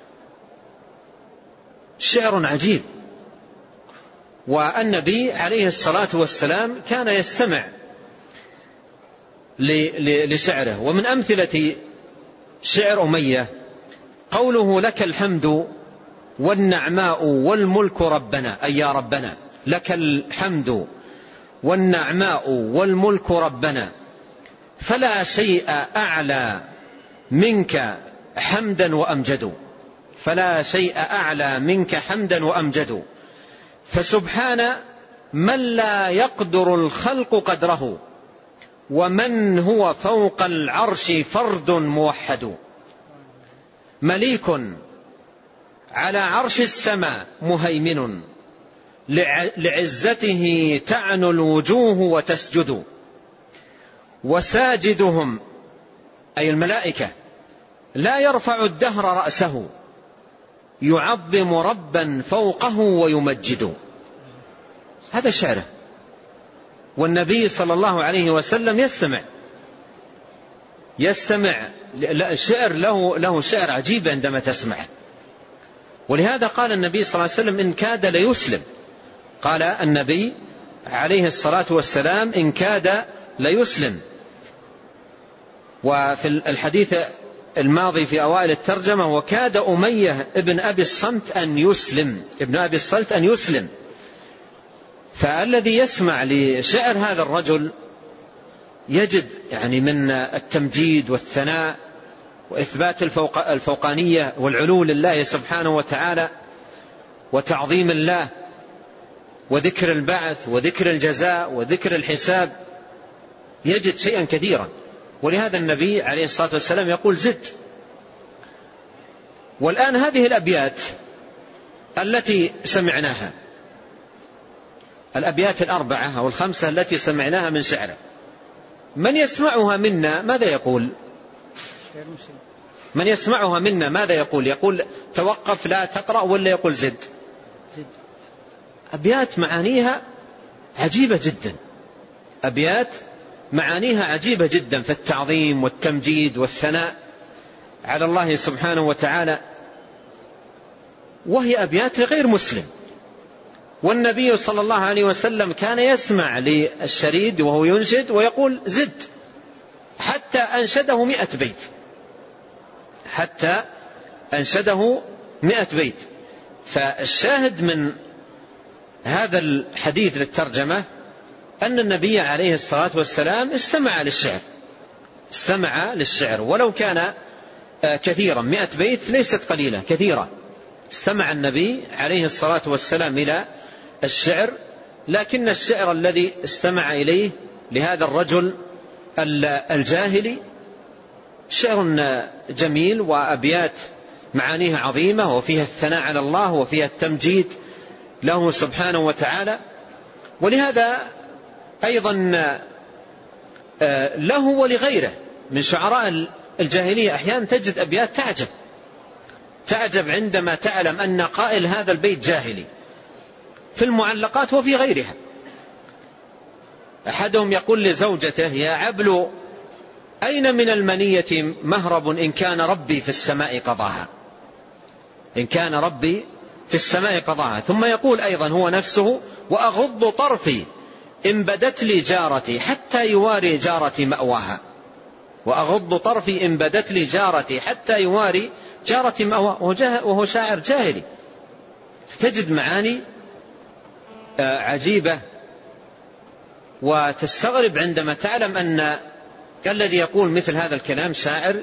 شعر عجيب. والنبي عليه الصلاة والسلام كان يستمع لشعره. ومن أمثلة شعر أمية قوله لك الحمد والنعماء والملك ربنا، أي يا ربنا لك الحمد والنعماء والملك ربنا، فلا شيء أعلى منك حمدا وأمجد فلا شيء أعلى منك حمدا وأمجد فسبحان من لا يقدر الخلق قدره ومن هو فوق العرش فرد موحد، مليك على عرش السماء مهيمن لعزته تعنو الوجوه وتسجد، وساجدهم أي الملائكة لا يرفع الدهر رأسه يعظم ربا فوقه ويمجد. هذا شعره، والنبي صلى الله عليه وسلم يستمع يستمع الشعر له له شعر عجيب عندما تسمعه. ولهذا قال النبي صلى الله عليه وسلم إن كاد ليسلم، قال النبي عليه الصلاة والسلام إن كاد ليسلم. وفي الحديث الماضي في أوائل الترجمة وكاد أمية ابن أبي الصمت أن يسلم ابن أبي الصلت أن يسلم. فالذي يسمع لشعر هذا الرجل يجد يعني من التمجيد والثناء وإثبات الفوق الفوقانية والعلو لله سبحانه وتعالى وتعظيم الله وذكر البعث وذكر الجزاء وذكر الحساب، يجد شيئا كثيرا. ولهذا النبي عليه الصلاة والسلام يقول زد. والآن هذه الأبيات التي سمعناها، الأبيات الأربعة أو الخمسة التي سمعناها من شعره، من يسمعها منا ماذا يقول؟ من يسمعها منا ماذا يقول؟ يقول توقف لا تقرأ ولا يقول زد؟ أبيات معانيها عجيبة جدا، أبيات معانيها عجيبة جدا في التعظيم والتمجيد والثناء على الله سبحانه وتعالى، وهي أبيات لغير مسلم. والنبي صلى الله عليه وسلم كان يسمع للشريد وهو ينشد ويقول زد، حتى أنشده مئة بيت، حتى أنشده مئة بيت. فالشاهد من هذا الحديث للترجمة أن النبي عليه الصلاة والسلام استمع للشعر، استمع للشعر ولو كان كثيرا، مئة بيت ليست قليلة، كثيرة. استمع النبي عليه الصلاة والسلام إلى الشعر، لكن الشعر الذي استمع إليه لهذا الرجل الجاهلي شعر جميل وأبيات معانيها عظيمة، وفيها الثناء على الله وفيها التمجيد له سبحانه وتعالى. ولهذا أيضا له ولغيره من شعراء الجاهلية أحيانا تجد أبيات تعجب، تعجب عندما تعلم أن قائل هذا البيت جاهلي، في المعلقات وفي غيرها. أحدهم يقول لزوجته يا عبل أين من المنية مهرب إن كان ربي في السماء قضاها، إن كان ربي في السماء قضاها. ثم يقول أيضا هو نفسه وأغض طرفي إن بدت لي جارتي حتى يواري جارتي مأواها، وأغض طرفي إن بدت لي جارتي حتى يواري جارتي مأواها، وهو شاعر جاهلي. تجد معاني عجيبة وتستغرب عندما تعلم أن الذي يقول مثل هذا الكلام شاعر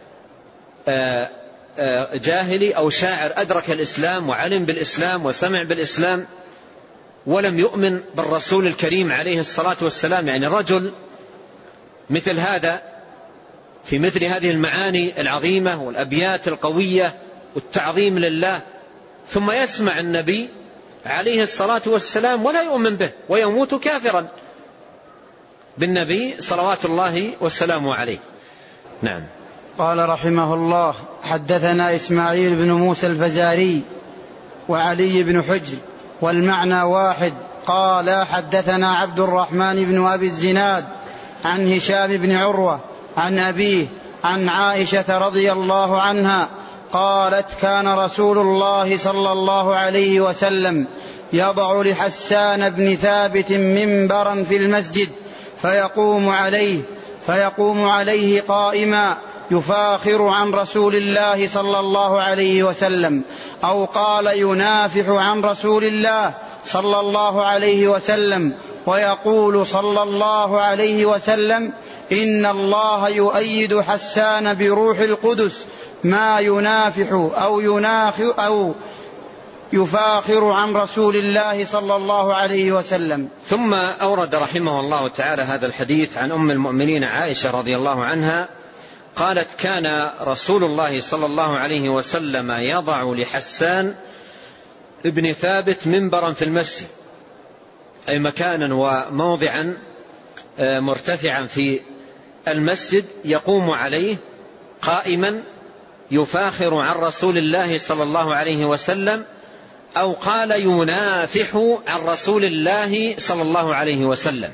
جاهلي أو شاعر أدرك الإسلام وعلم بالإسلام وسمع بالإسلام ولم يؤمن بالرسول الكريم عليه الصلاة والسلام. يعني رجل مثل هذا في مثل هذه المعاني العظيمة والأبيات القوية والتعظيم لله، ثم يسمع النبي عليه الصلاة والسلام ولا يؤمن به ويموت كافرا بالنبي صلوات الله والسلام عليه. نعم. قال رحمه الله حدثنا إسماعيل بن موسى الفزاري وعلي بن حجر والمعنى واحد. قال حدثنا عبد الرحمن بن أبي الزناد عن هشام بن عروة عن أبيه عن عائشة رضي الله عنها قالت كان رسول الله صلى الله عليه وسلم يضع لحسان بن ثابت منبرا في المسجد فيقوم عليه فيقوم عليه قائما يفاخر عن رسول الله صلى الله عليه وسلم، أو قال ينافح عن رسول الله صلى الله عليه وسلم، ويقول صلى الله عليه وسلم إن الله يؤيد حسان بروح القدس ما ينافح أو يناخ أو يفاخر عن رسول الله صلى الله عليه وسلم. ثم أورد رحمه الله تعالى هذا الحديث عن أم المؤمنين عائشة رضي الله عنها قالت كان رسول الله صلى الله عليه وسلم يضع لحسان ابن ثابت منبرا في المسجد، أي مكانا وموضعا مرتفعا في المسجد يقوم عليه قائما يفاخر عن رسول الله صلى الله عليه وسلم، أو قال ينافح عن رسول الله صلى الله عليه وسلم.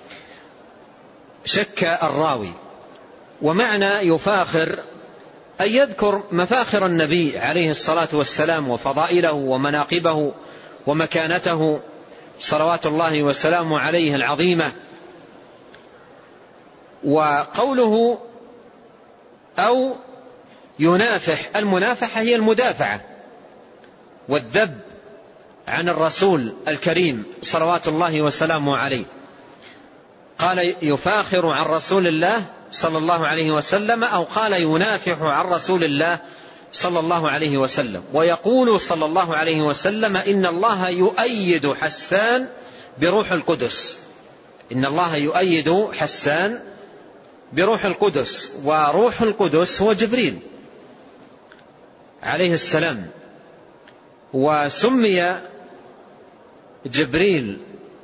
شك الراوي، ومعنى يفاخر أن يذكر مفاخر النبي عليه الصلاة والسلام وفضائله ومناقبه ومكانته صلوات الله وسلامه عليه العظيمة. وقوله أو ينافح، المنافحة هي المدافعة والذب عن الرسول الكريم صلوات الله وسلامه عليه. قال يفاخر عن رسول الله صلى الله عليه وسلم، أو قال ينافح عن رسول الله صلى الله عليه وسلم. ويقول صلى الله عليه وسلم إن الله يؤيد حسان بروح القدس، إن الله يؤيد حسان بروح القدس، وروح القدس هو جبريل عليه السلام. وسمي جبريل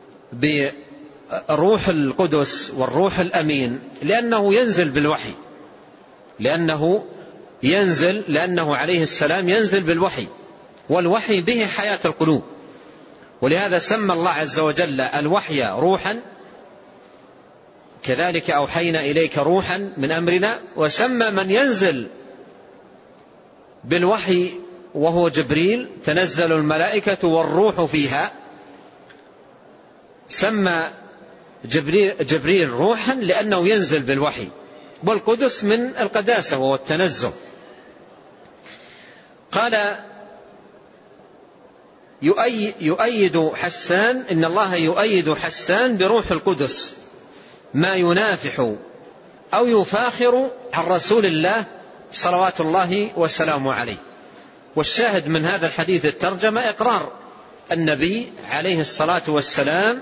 بروح القدس والروح الأمين لأنه ينزل بالوحي، لأنه ينزل لأنه عليه السلام ينزل بالوحي، والوحي به حياة القلوب. ولهذا سمى الله عز وجل الوحي روحا، كذلك أوحينا إليك روحا من أمرنا. وسمى من ينزل بالوحي وهو جبريل، تنزل الملائكة والروح فيها، سمى جبريل, جبريل روحا لأنه ينزل بالوحي، والقدس من القداسة والتنزه. قال يؤيد حسان، إن الله يؤيد حسان بروح القدس ما ينافح أو يفاخر عن رسول الله صلوات الله وسلامه عليه. والشاهد من هذا الحديث الترجمة إقرار النبي عليه الصلاة والسلام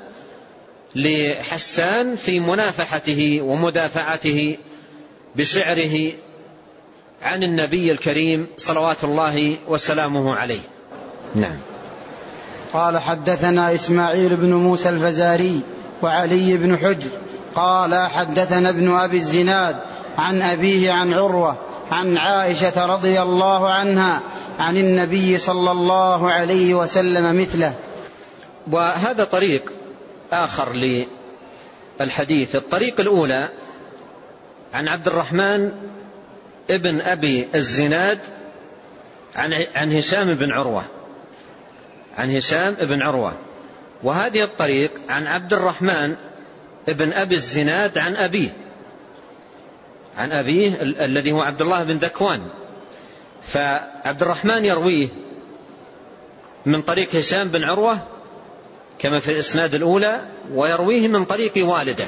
لحسان في منافحته ومدافعته بشعره عن النبي الكريم صلوات الله وسلامه عليه. نعم. قال حدثنا إسماعيل بن موسى الفزاري وعلي بن حجر قال حدثنا ابن أبي الزناد عن أبيه عن عروة عن عائشة رضي الله عنها عن النبي صلى الله عليه وسلم مثله. وهذا طريق آخر للحديث. الطريق الأولى عن عبد الرحمن ابن أبي الزناد عن عن هشام بن عروة عن هشام بن عروة وهذه الطريق عن عبد الرحمن ابن أبي الزناد عن أبيه عن أبيه الذي هو عبد الله بن ذكوان. فعبد الرحمن يرويه من طريق هشام بن عروة كما في الإسناد الأولى، ويرويه من طريق والده.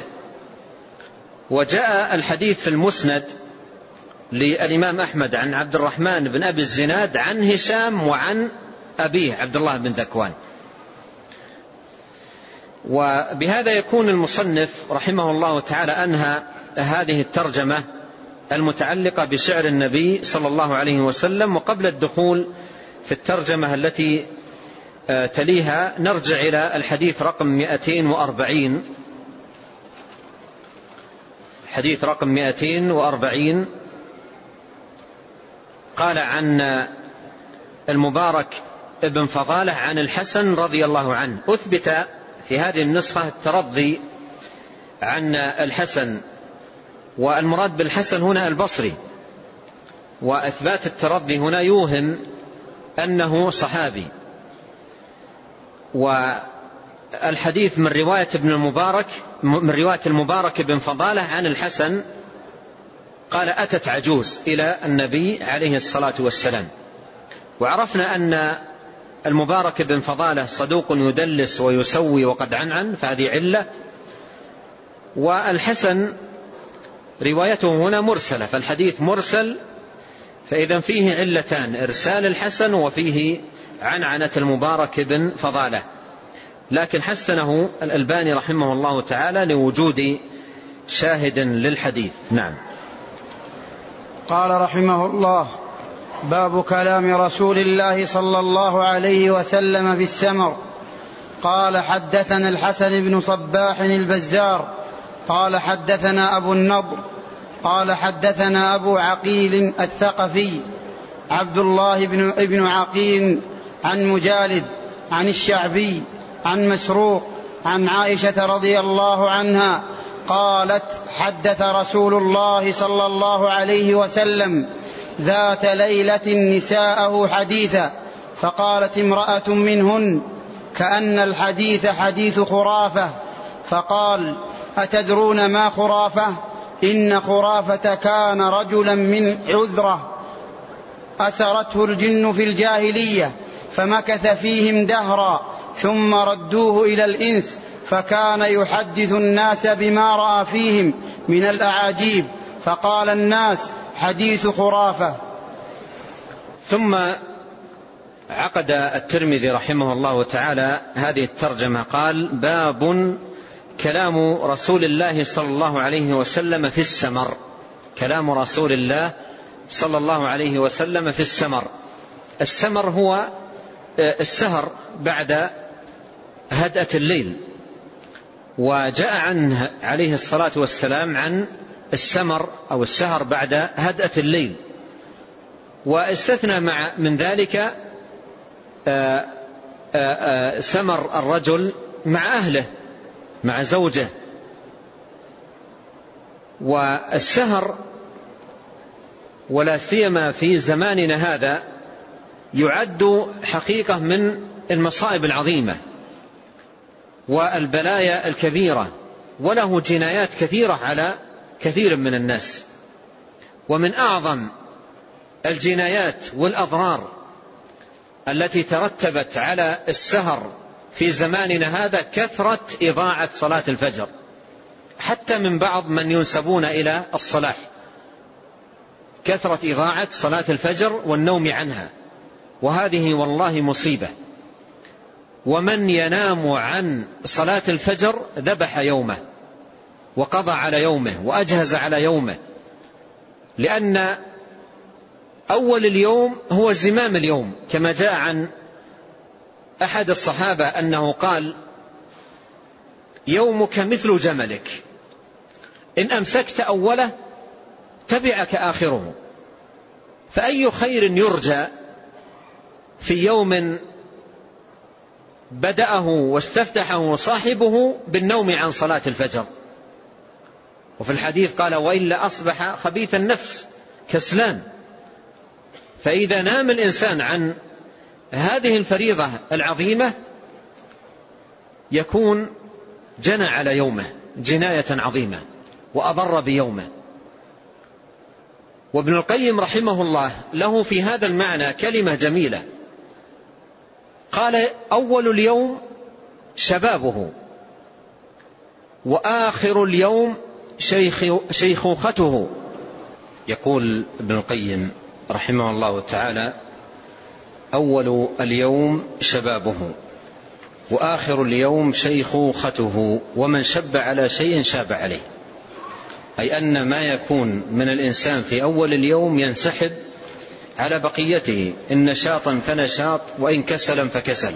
وجاء الحديث في المسند للإمام أحمد عن عبد الرحمن بن أبي الزناد عن هشام وعن أبيه عبد الله بن ذكوان. وبهذا يكون المصنف رحمه الله تعالى أنهى هذه الترجمة المتعلقة بشعر النبي صلى الله عليه وسلم. وقبل الدخول في الترجمة التي تليها نرجع إلى الحديث رقم مئتين وأربعين حديث رقم مئتين وأربعين. قال عن المبارك ابن فضالة عن الحسن رضي الله عنه. أثبت في هذه النسخة الترضي عن الحسن، والمراد بالحسن هنا البصري، وإثبات الترضي هنا يوهم أنه صحابي. والحديث من رواية ابن المبارك من رواية المبارك بن فضالة عن الحسن قال أتت عجوز إلى النبي عليه الصلاة والسلام. وعرفنا أن المبارك بن فضالة صدوق يدلس ويسوي وقد عنعن، فهذه علة. والحسن روايته هنا مرسلة، فالحديث مرسل، فإذا فيه علتان: إرسال الحسن وفيه عنعنة المبارك بن فضالة. لكن حسنه الألباني رحمه الله تعالى لوجود شاهد للحديث. نعم. قال رحمه الله: باب كلام رسول الله صلى الله عليه وسلم في السمر. قال حدثنا الحسن بن صباح البزار قال حدثنا أبو النضر قال حدثنا أبو عقيل الثقفي عبد الله بن ابن عقيل عن مجالد عن الشعبي عن مسروق عن عائشة رضي الله عنها قالت: حدث رسول الله صلى الله عليه وسلم ذات ليلة نساءه حديثا، فقالت امرأة منهن: كأن الحديث حديث خرافة. فقال: أتدرون ما خرافة؟ إن خرافة كان رجلا من عذرة أسرته الجن في الجاهلية فمكث فيهم دهرا ثم ردوه إلى الإنس، فكان يحدث الناس بما رأى فيهم من الأعاجيب، فقال الناس: حديث خرافة. ثم عقد الترمذي رحمه الله تعالى هذه الترجمة، قال: باب كلام رسول الله صلى الله عليه وسلم في السمر. كلام رسول الله صلى الله عليه وسلم في السمر. السمر هو السهر بعد هدأة الليل، وجاء عنه عليه الصلاة والسلام عن السمر أو السهر بعد هدأة الليل، واستثنى مع من ذلك آآ آآ سمر الرجل مع أهله مع زوجه. والسهر ولا سيما في زماننا هذا يعد حقيقة من المصائب العظيمة والبلايا الكبيرة، وله جنايات كثيرة على كثير من الناس. ومن أعظم الجنايات والأضرار التي ترتبت على السهر في زماننا هذا كثرة إضاعة صلاة الفجر، حتى من بعض من ينسبون إلى الصلاح، كثرة إضاعة صلاة الفجر والنوم عنها، وهذه والله مصيبة. ومن ينام عن صلاة الفجر ذبح يومه وقضى على يومه وأجهز على يومه، لأن أول اليوم هو زمام اليوم، كما جاء عن أحد الصحابة أنه قال: يومك مثل جملك، إن أمسكت أوله تبعك آخره. فأي خير يرجى في يوم بدأه واستفتحه صاحبه بالنوم عن صلاة الفجر؟ وفي الحديث قال: وإلا أصبح خبيث النفس كسلان. فإذا نام الإنسان عن هذه الفريضة العظيمة يكون جنى على يومه جناية عظيمة وأضر بيومه. وابن القيم رحمه الله له في هذا المعنى كلمة جميلة، قال: أول اليوم شبابه، وآخر اليوم شيخ شيخوخته. يقول ابن القيم رحمه الله تعالى: أول اليوم شبابه، وآخر اليوم شيخوخته، ومن شب على شيء شاب عليه. أي أن ما يكون من الإنسان في أول اليوم ينسحب على بقيته، إن نشاطا فنشاط وإن كسلا فكسل.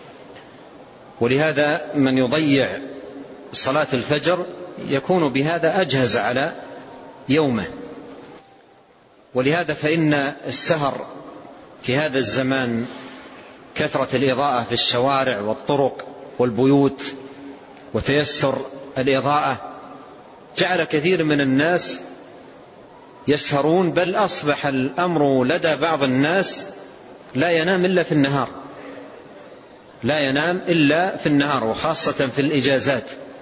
ولهذا من يضيع صلاة الفجر يكون بهذا أجهز على يومه. ولهذا فإن السهر في هذا الزمان، كثرة الإضاءة في الشوارع والطرق والبيوت وتيسر الإضاءة جعل كثير من الناس يسهرون، بل أصبح الأمر لدى بعض الناس لا ينام إلا في النهار، لا ينام إلا في النهار، وخاصة في الإجازات.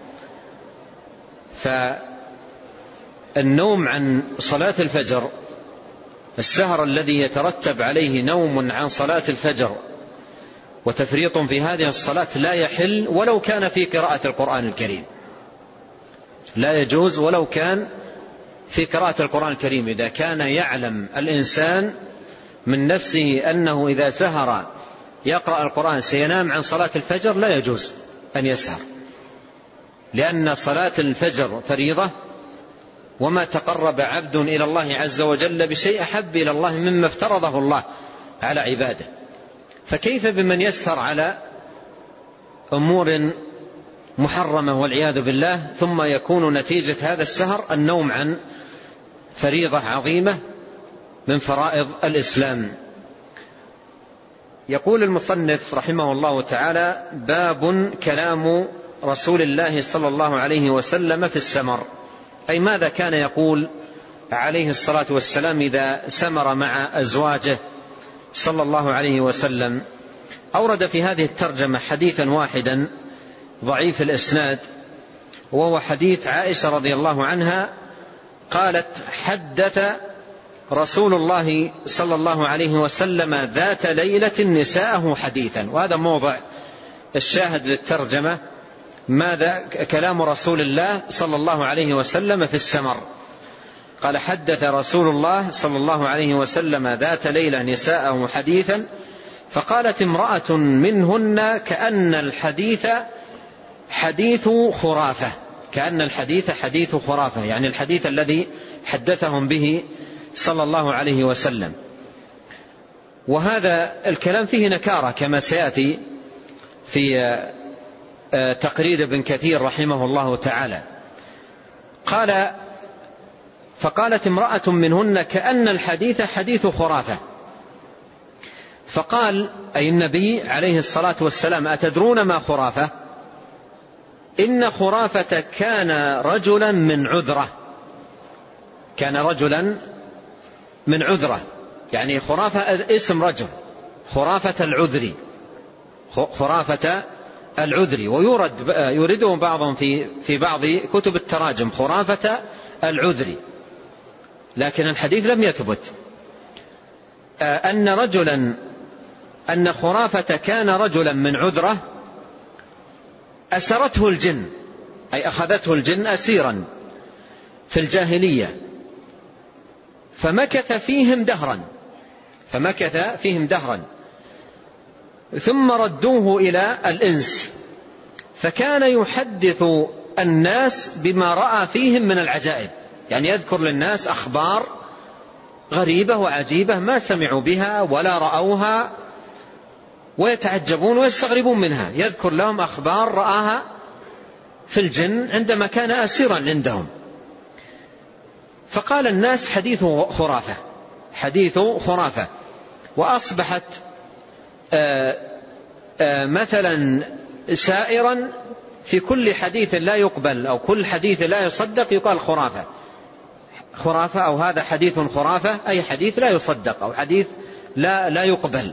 فالنوم عن صلاة الفجر، السهر الذي يترتب عليه نوم عن صلاة الفجر وتفريط في هذه الصلاة لا يحل ولو كان في قراءة القرآن الكريم، لا يجوز ولو كان في قراءة القرآن الكريم. إذا كان يعلم الإنسان من نفسه أنه إذا سهر يقرأ القرآن سينام عن صلاة الفجر لا يجوز أن يسهر، لأن صلاة الفجر فريضة، وما تقرب عبد إلى الله عز وجل بشيء أحب إلى الله مما افترضه الله على عباده. فكيف بمن يسهر على أمور محرمة والعياذ بالله، ثم يكون نتيجة هذا السهر النوم عن فريضة عظيمة من فرائض الإسلام. يقول المصنف رحمه الله تعالى: باب كلام رسول الله صلى الله عليه وسلم في السمر. أي ماذا كان يقول عليه الصلاة والسلام إذا سمر مع أزواجه صلى الله عليه وسلم. أورد في هذه الترجمة حديثا واحدا ضعيف الإسناد، وهو حديث عائشة رضي الله عنها قالت: حدث رسول الله صلى الله عليه وسلم ذات ليلة نساءه حديثا. وهذا موضع الشاهد للترجمة، ماذا كلام رسول الله صلى الله عليه وسلم في السمر. قال حدث رسول الله صلى الله عليه وسلم ذات ليلة نساءه حديثا فقالت امرأة منهن كأن الحديث حديث خرافة، كأن الحديث حديث خرافة، يعني الحديث الذي حدثهم به صلى الله عليه وسلم. وهذا الكلام فيه نكارة كما سيأتي في تقرير ابن كثير رحمه الله تعالى. قال فقالت امرأة منهن كأن الحديث حديث خرافة، فقال أي النبي عليه الصلاة والسلام أتدرون ما خرافة؟ إن خرافة كان رجلا من عذرة، كان رجلا من عذرة، يعني خرافة اسم رجل، خرافة العذري، خرافة العذري، ويورد يورده بعضهم في في بعض كتب التراجم خرافة العذري، لكن الحديث لم يثبت. أن رجلا أن خرافة كان رجلا من عذرة أسرته الجن، أي أخذته الجن أسيرا في الجاهلية، فمكث فيهم دهرا فمكث فيهم دهرا ثم ردوه إلى الإنس، فكان يحدث الناس بما رأى فيهم من العجائب، يعني يذكر للناس أخبار غريبة وعجيبة ما سمعوا بها ولا رأوها، ويتعجبون ويستغربون منها، يذكر لهم أخبار رآها في الجن عندما كان أسيرا عندهم. فقال الناس حديث خرافة، حديث خرافة، وأصبحت آآ آآ مثلا سائرا في كل حديث لا يقبل أو كل حديث لا يصدق يقال خرافة، خرافة أو هذا حديث خرافة، أي حديث لا يصدق أو حديث لا لا يقبل.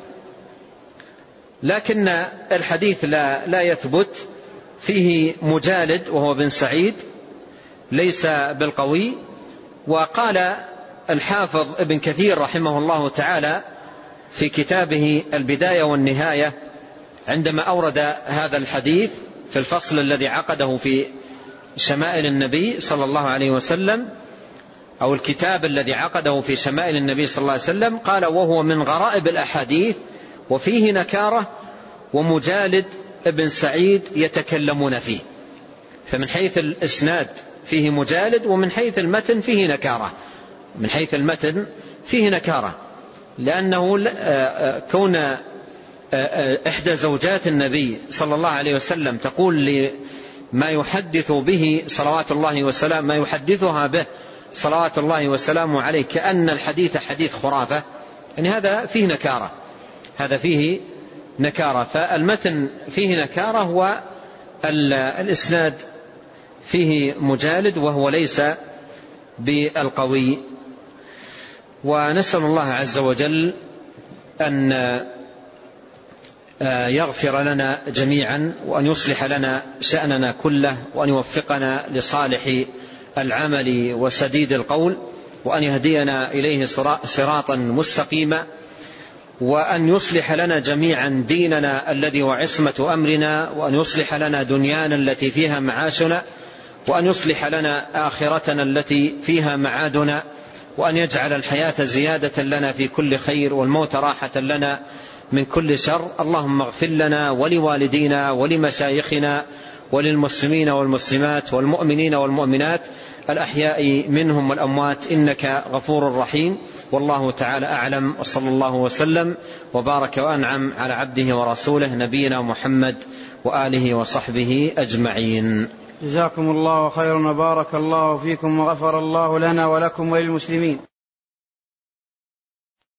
لكن الحديث لا لا يثبت، فيه مجالد وهو بن سعيد ليس بالقوي. وقال الحافظ ابن كثير رحمه الله تعالى في كتابه البداية والنهاية عندما أورد هذا الحديث في الفصل الذي عقده في شمائل النبي صلى الله عليه وسلم، أو الكتاب الذي عقده في شمائل النبي صلى الله عليه وسلم، قال وهو من غرائب الأحاديث وفيه نكارة ومجالد ابن سعيد يتكلمون فيه. فمن حيث الإسناد فيه مجالد، ومن حيث المتن فيه نكارة، من حيث المتن فيه نكارة، لأنه كون إحدى زوجات النبي صلى الله عليه وسلم تقول لما يحدث به صلوات الله وسلام ما يحدثها به صلوات الله وسلامه عليه كأن الحديث حديث خرافة، يعني هذا فيه نكارة، هذا فيه نكارة. فالمتن فيه نكارة والإسناد فيه مجالد وهو ليس بالقوي. ونسأل الله عز وجل أن يغفر لنا جميعا، وأن يصلح لنا شأننا كله، وأن يوفقنا لصالح العمل وسديد القول، وأن يهدينا إليه صراطا مستقيما، وأن يصلح لنا جميعا ديننا الذي وعصمة أمرنا، وأن يصلح لنا دنيانا التي فيها معاشنا، وأن يصلح لنا آخرتنا التي فيها معادنا، وأن يجعل الحياة زيادة لنا في كل خير والموت راحة لنا من كل شر. اللهم اغفر لنا ولوالدينا ولمشايخنا وللمسلمين والمسلمات والمؤمنين والمؤمنات الأحياء منهم والأموات، إنك غفور رحيم. والله تعالى أعلم، وصلى الله وسلم وبارك وأنعم على عبده ورسوله نبينا محمد وآله وصحبه أجمعين. جزاكم الله خيرا وبارك الله فيكم وغفر الله لنا ولكم وللمسلمين.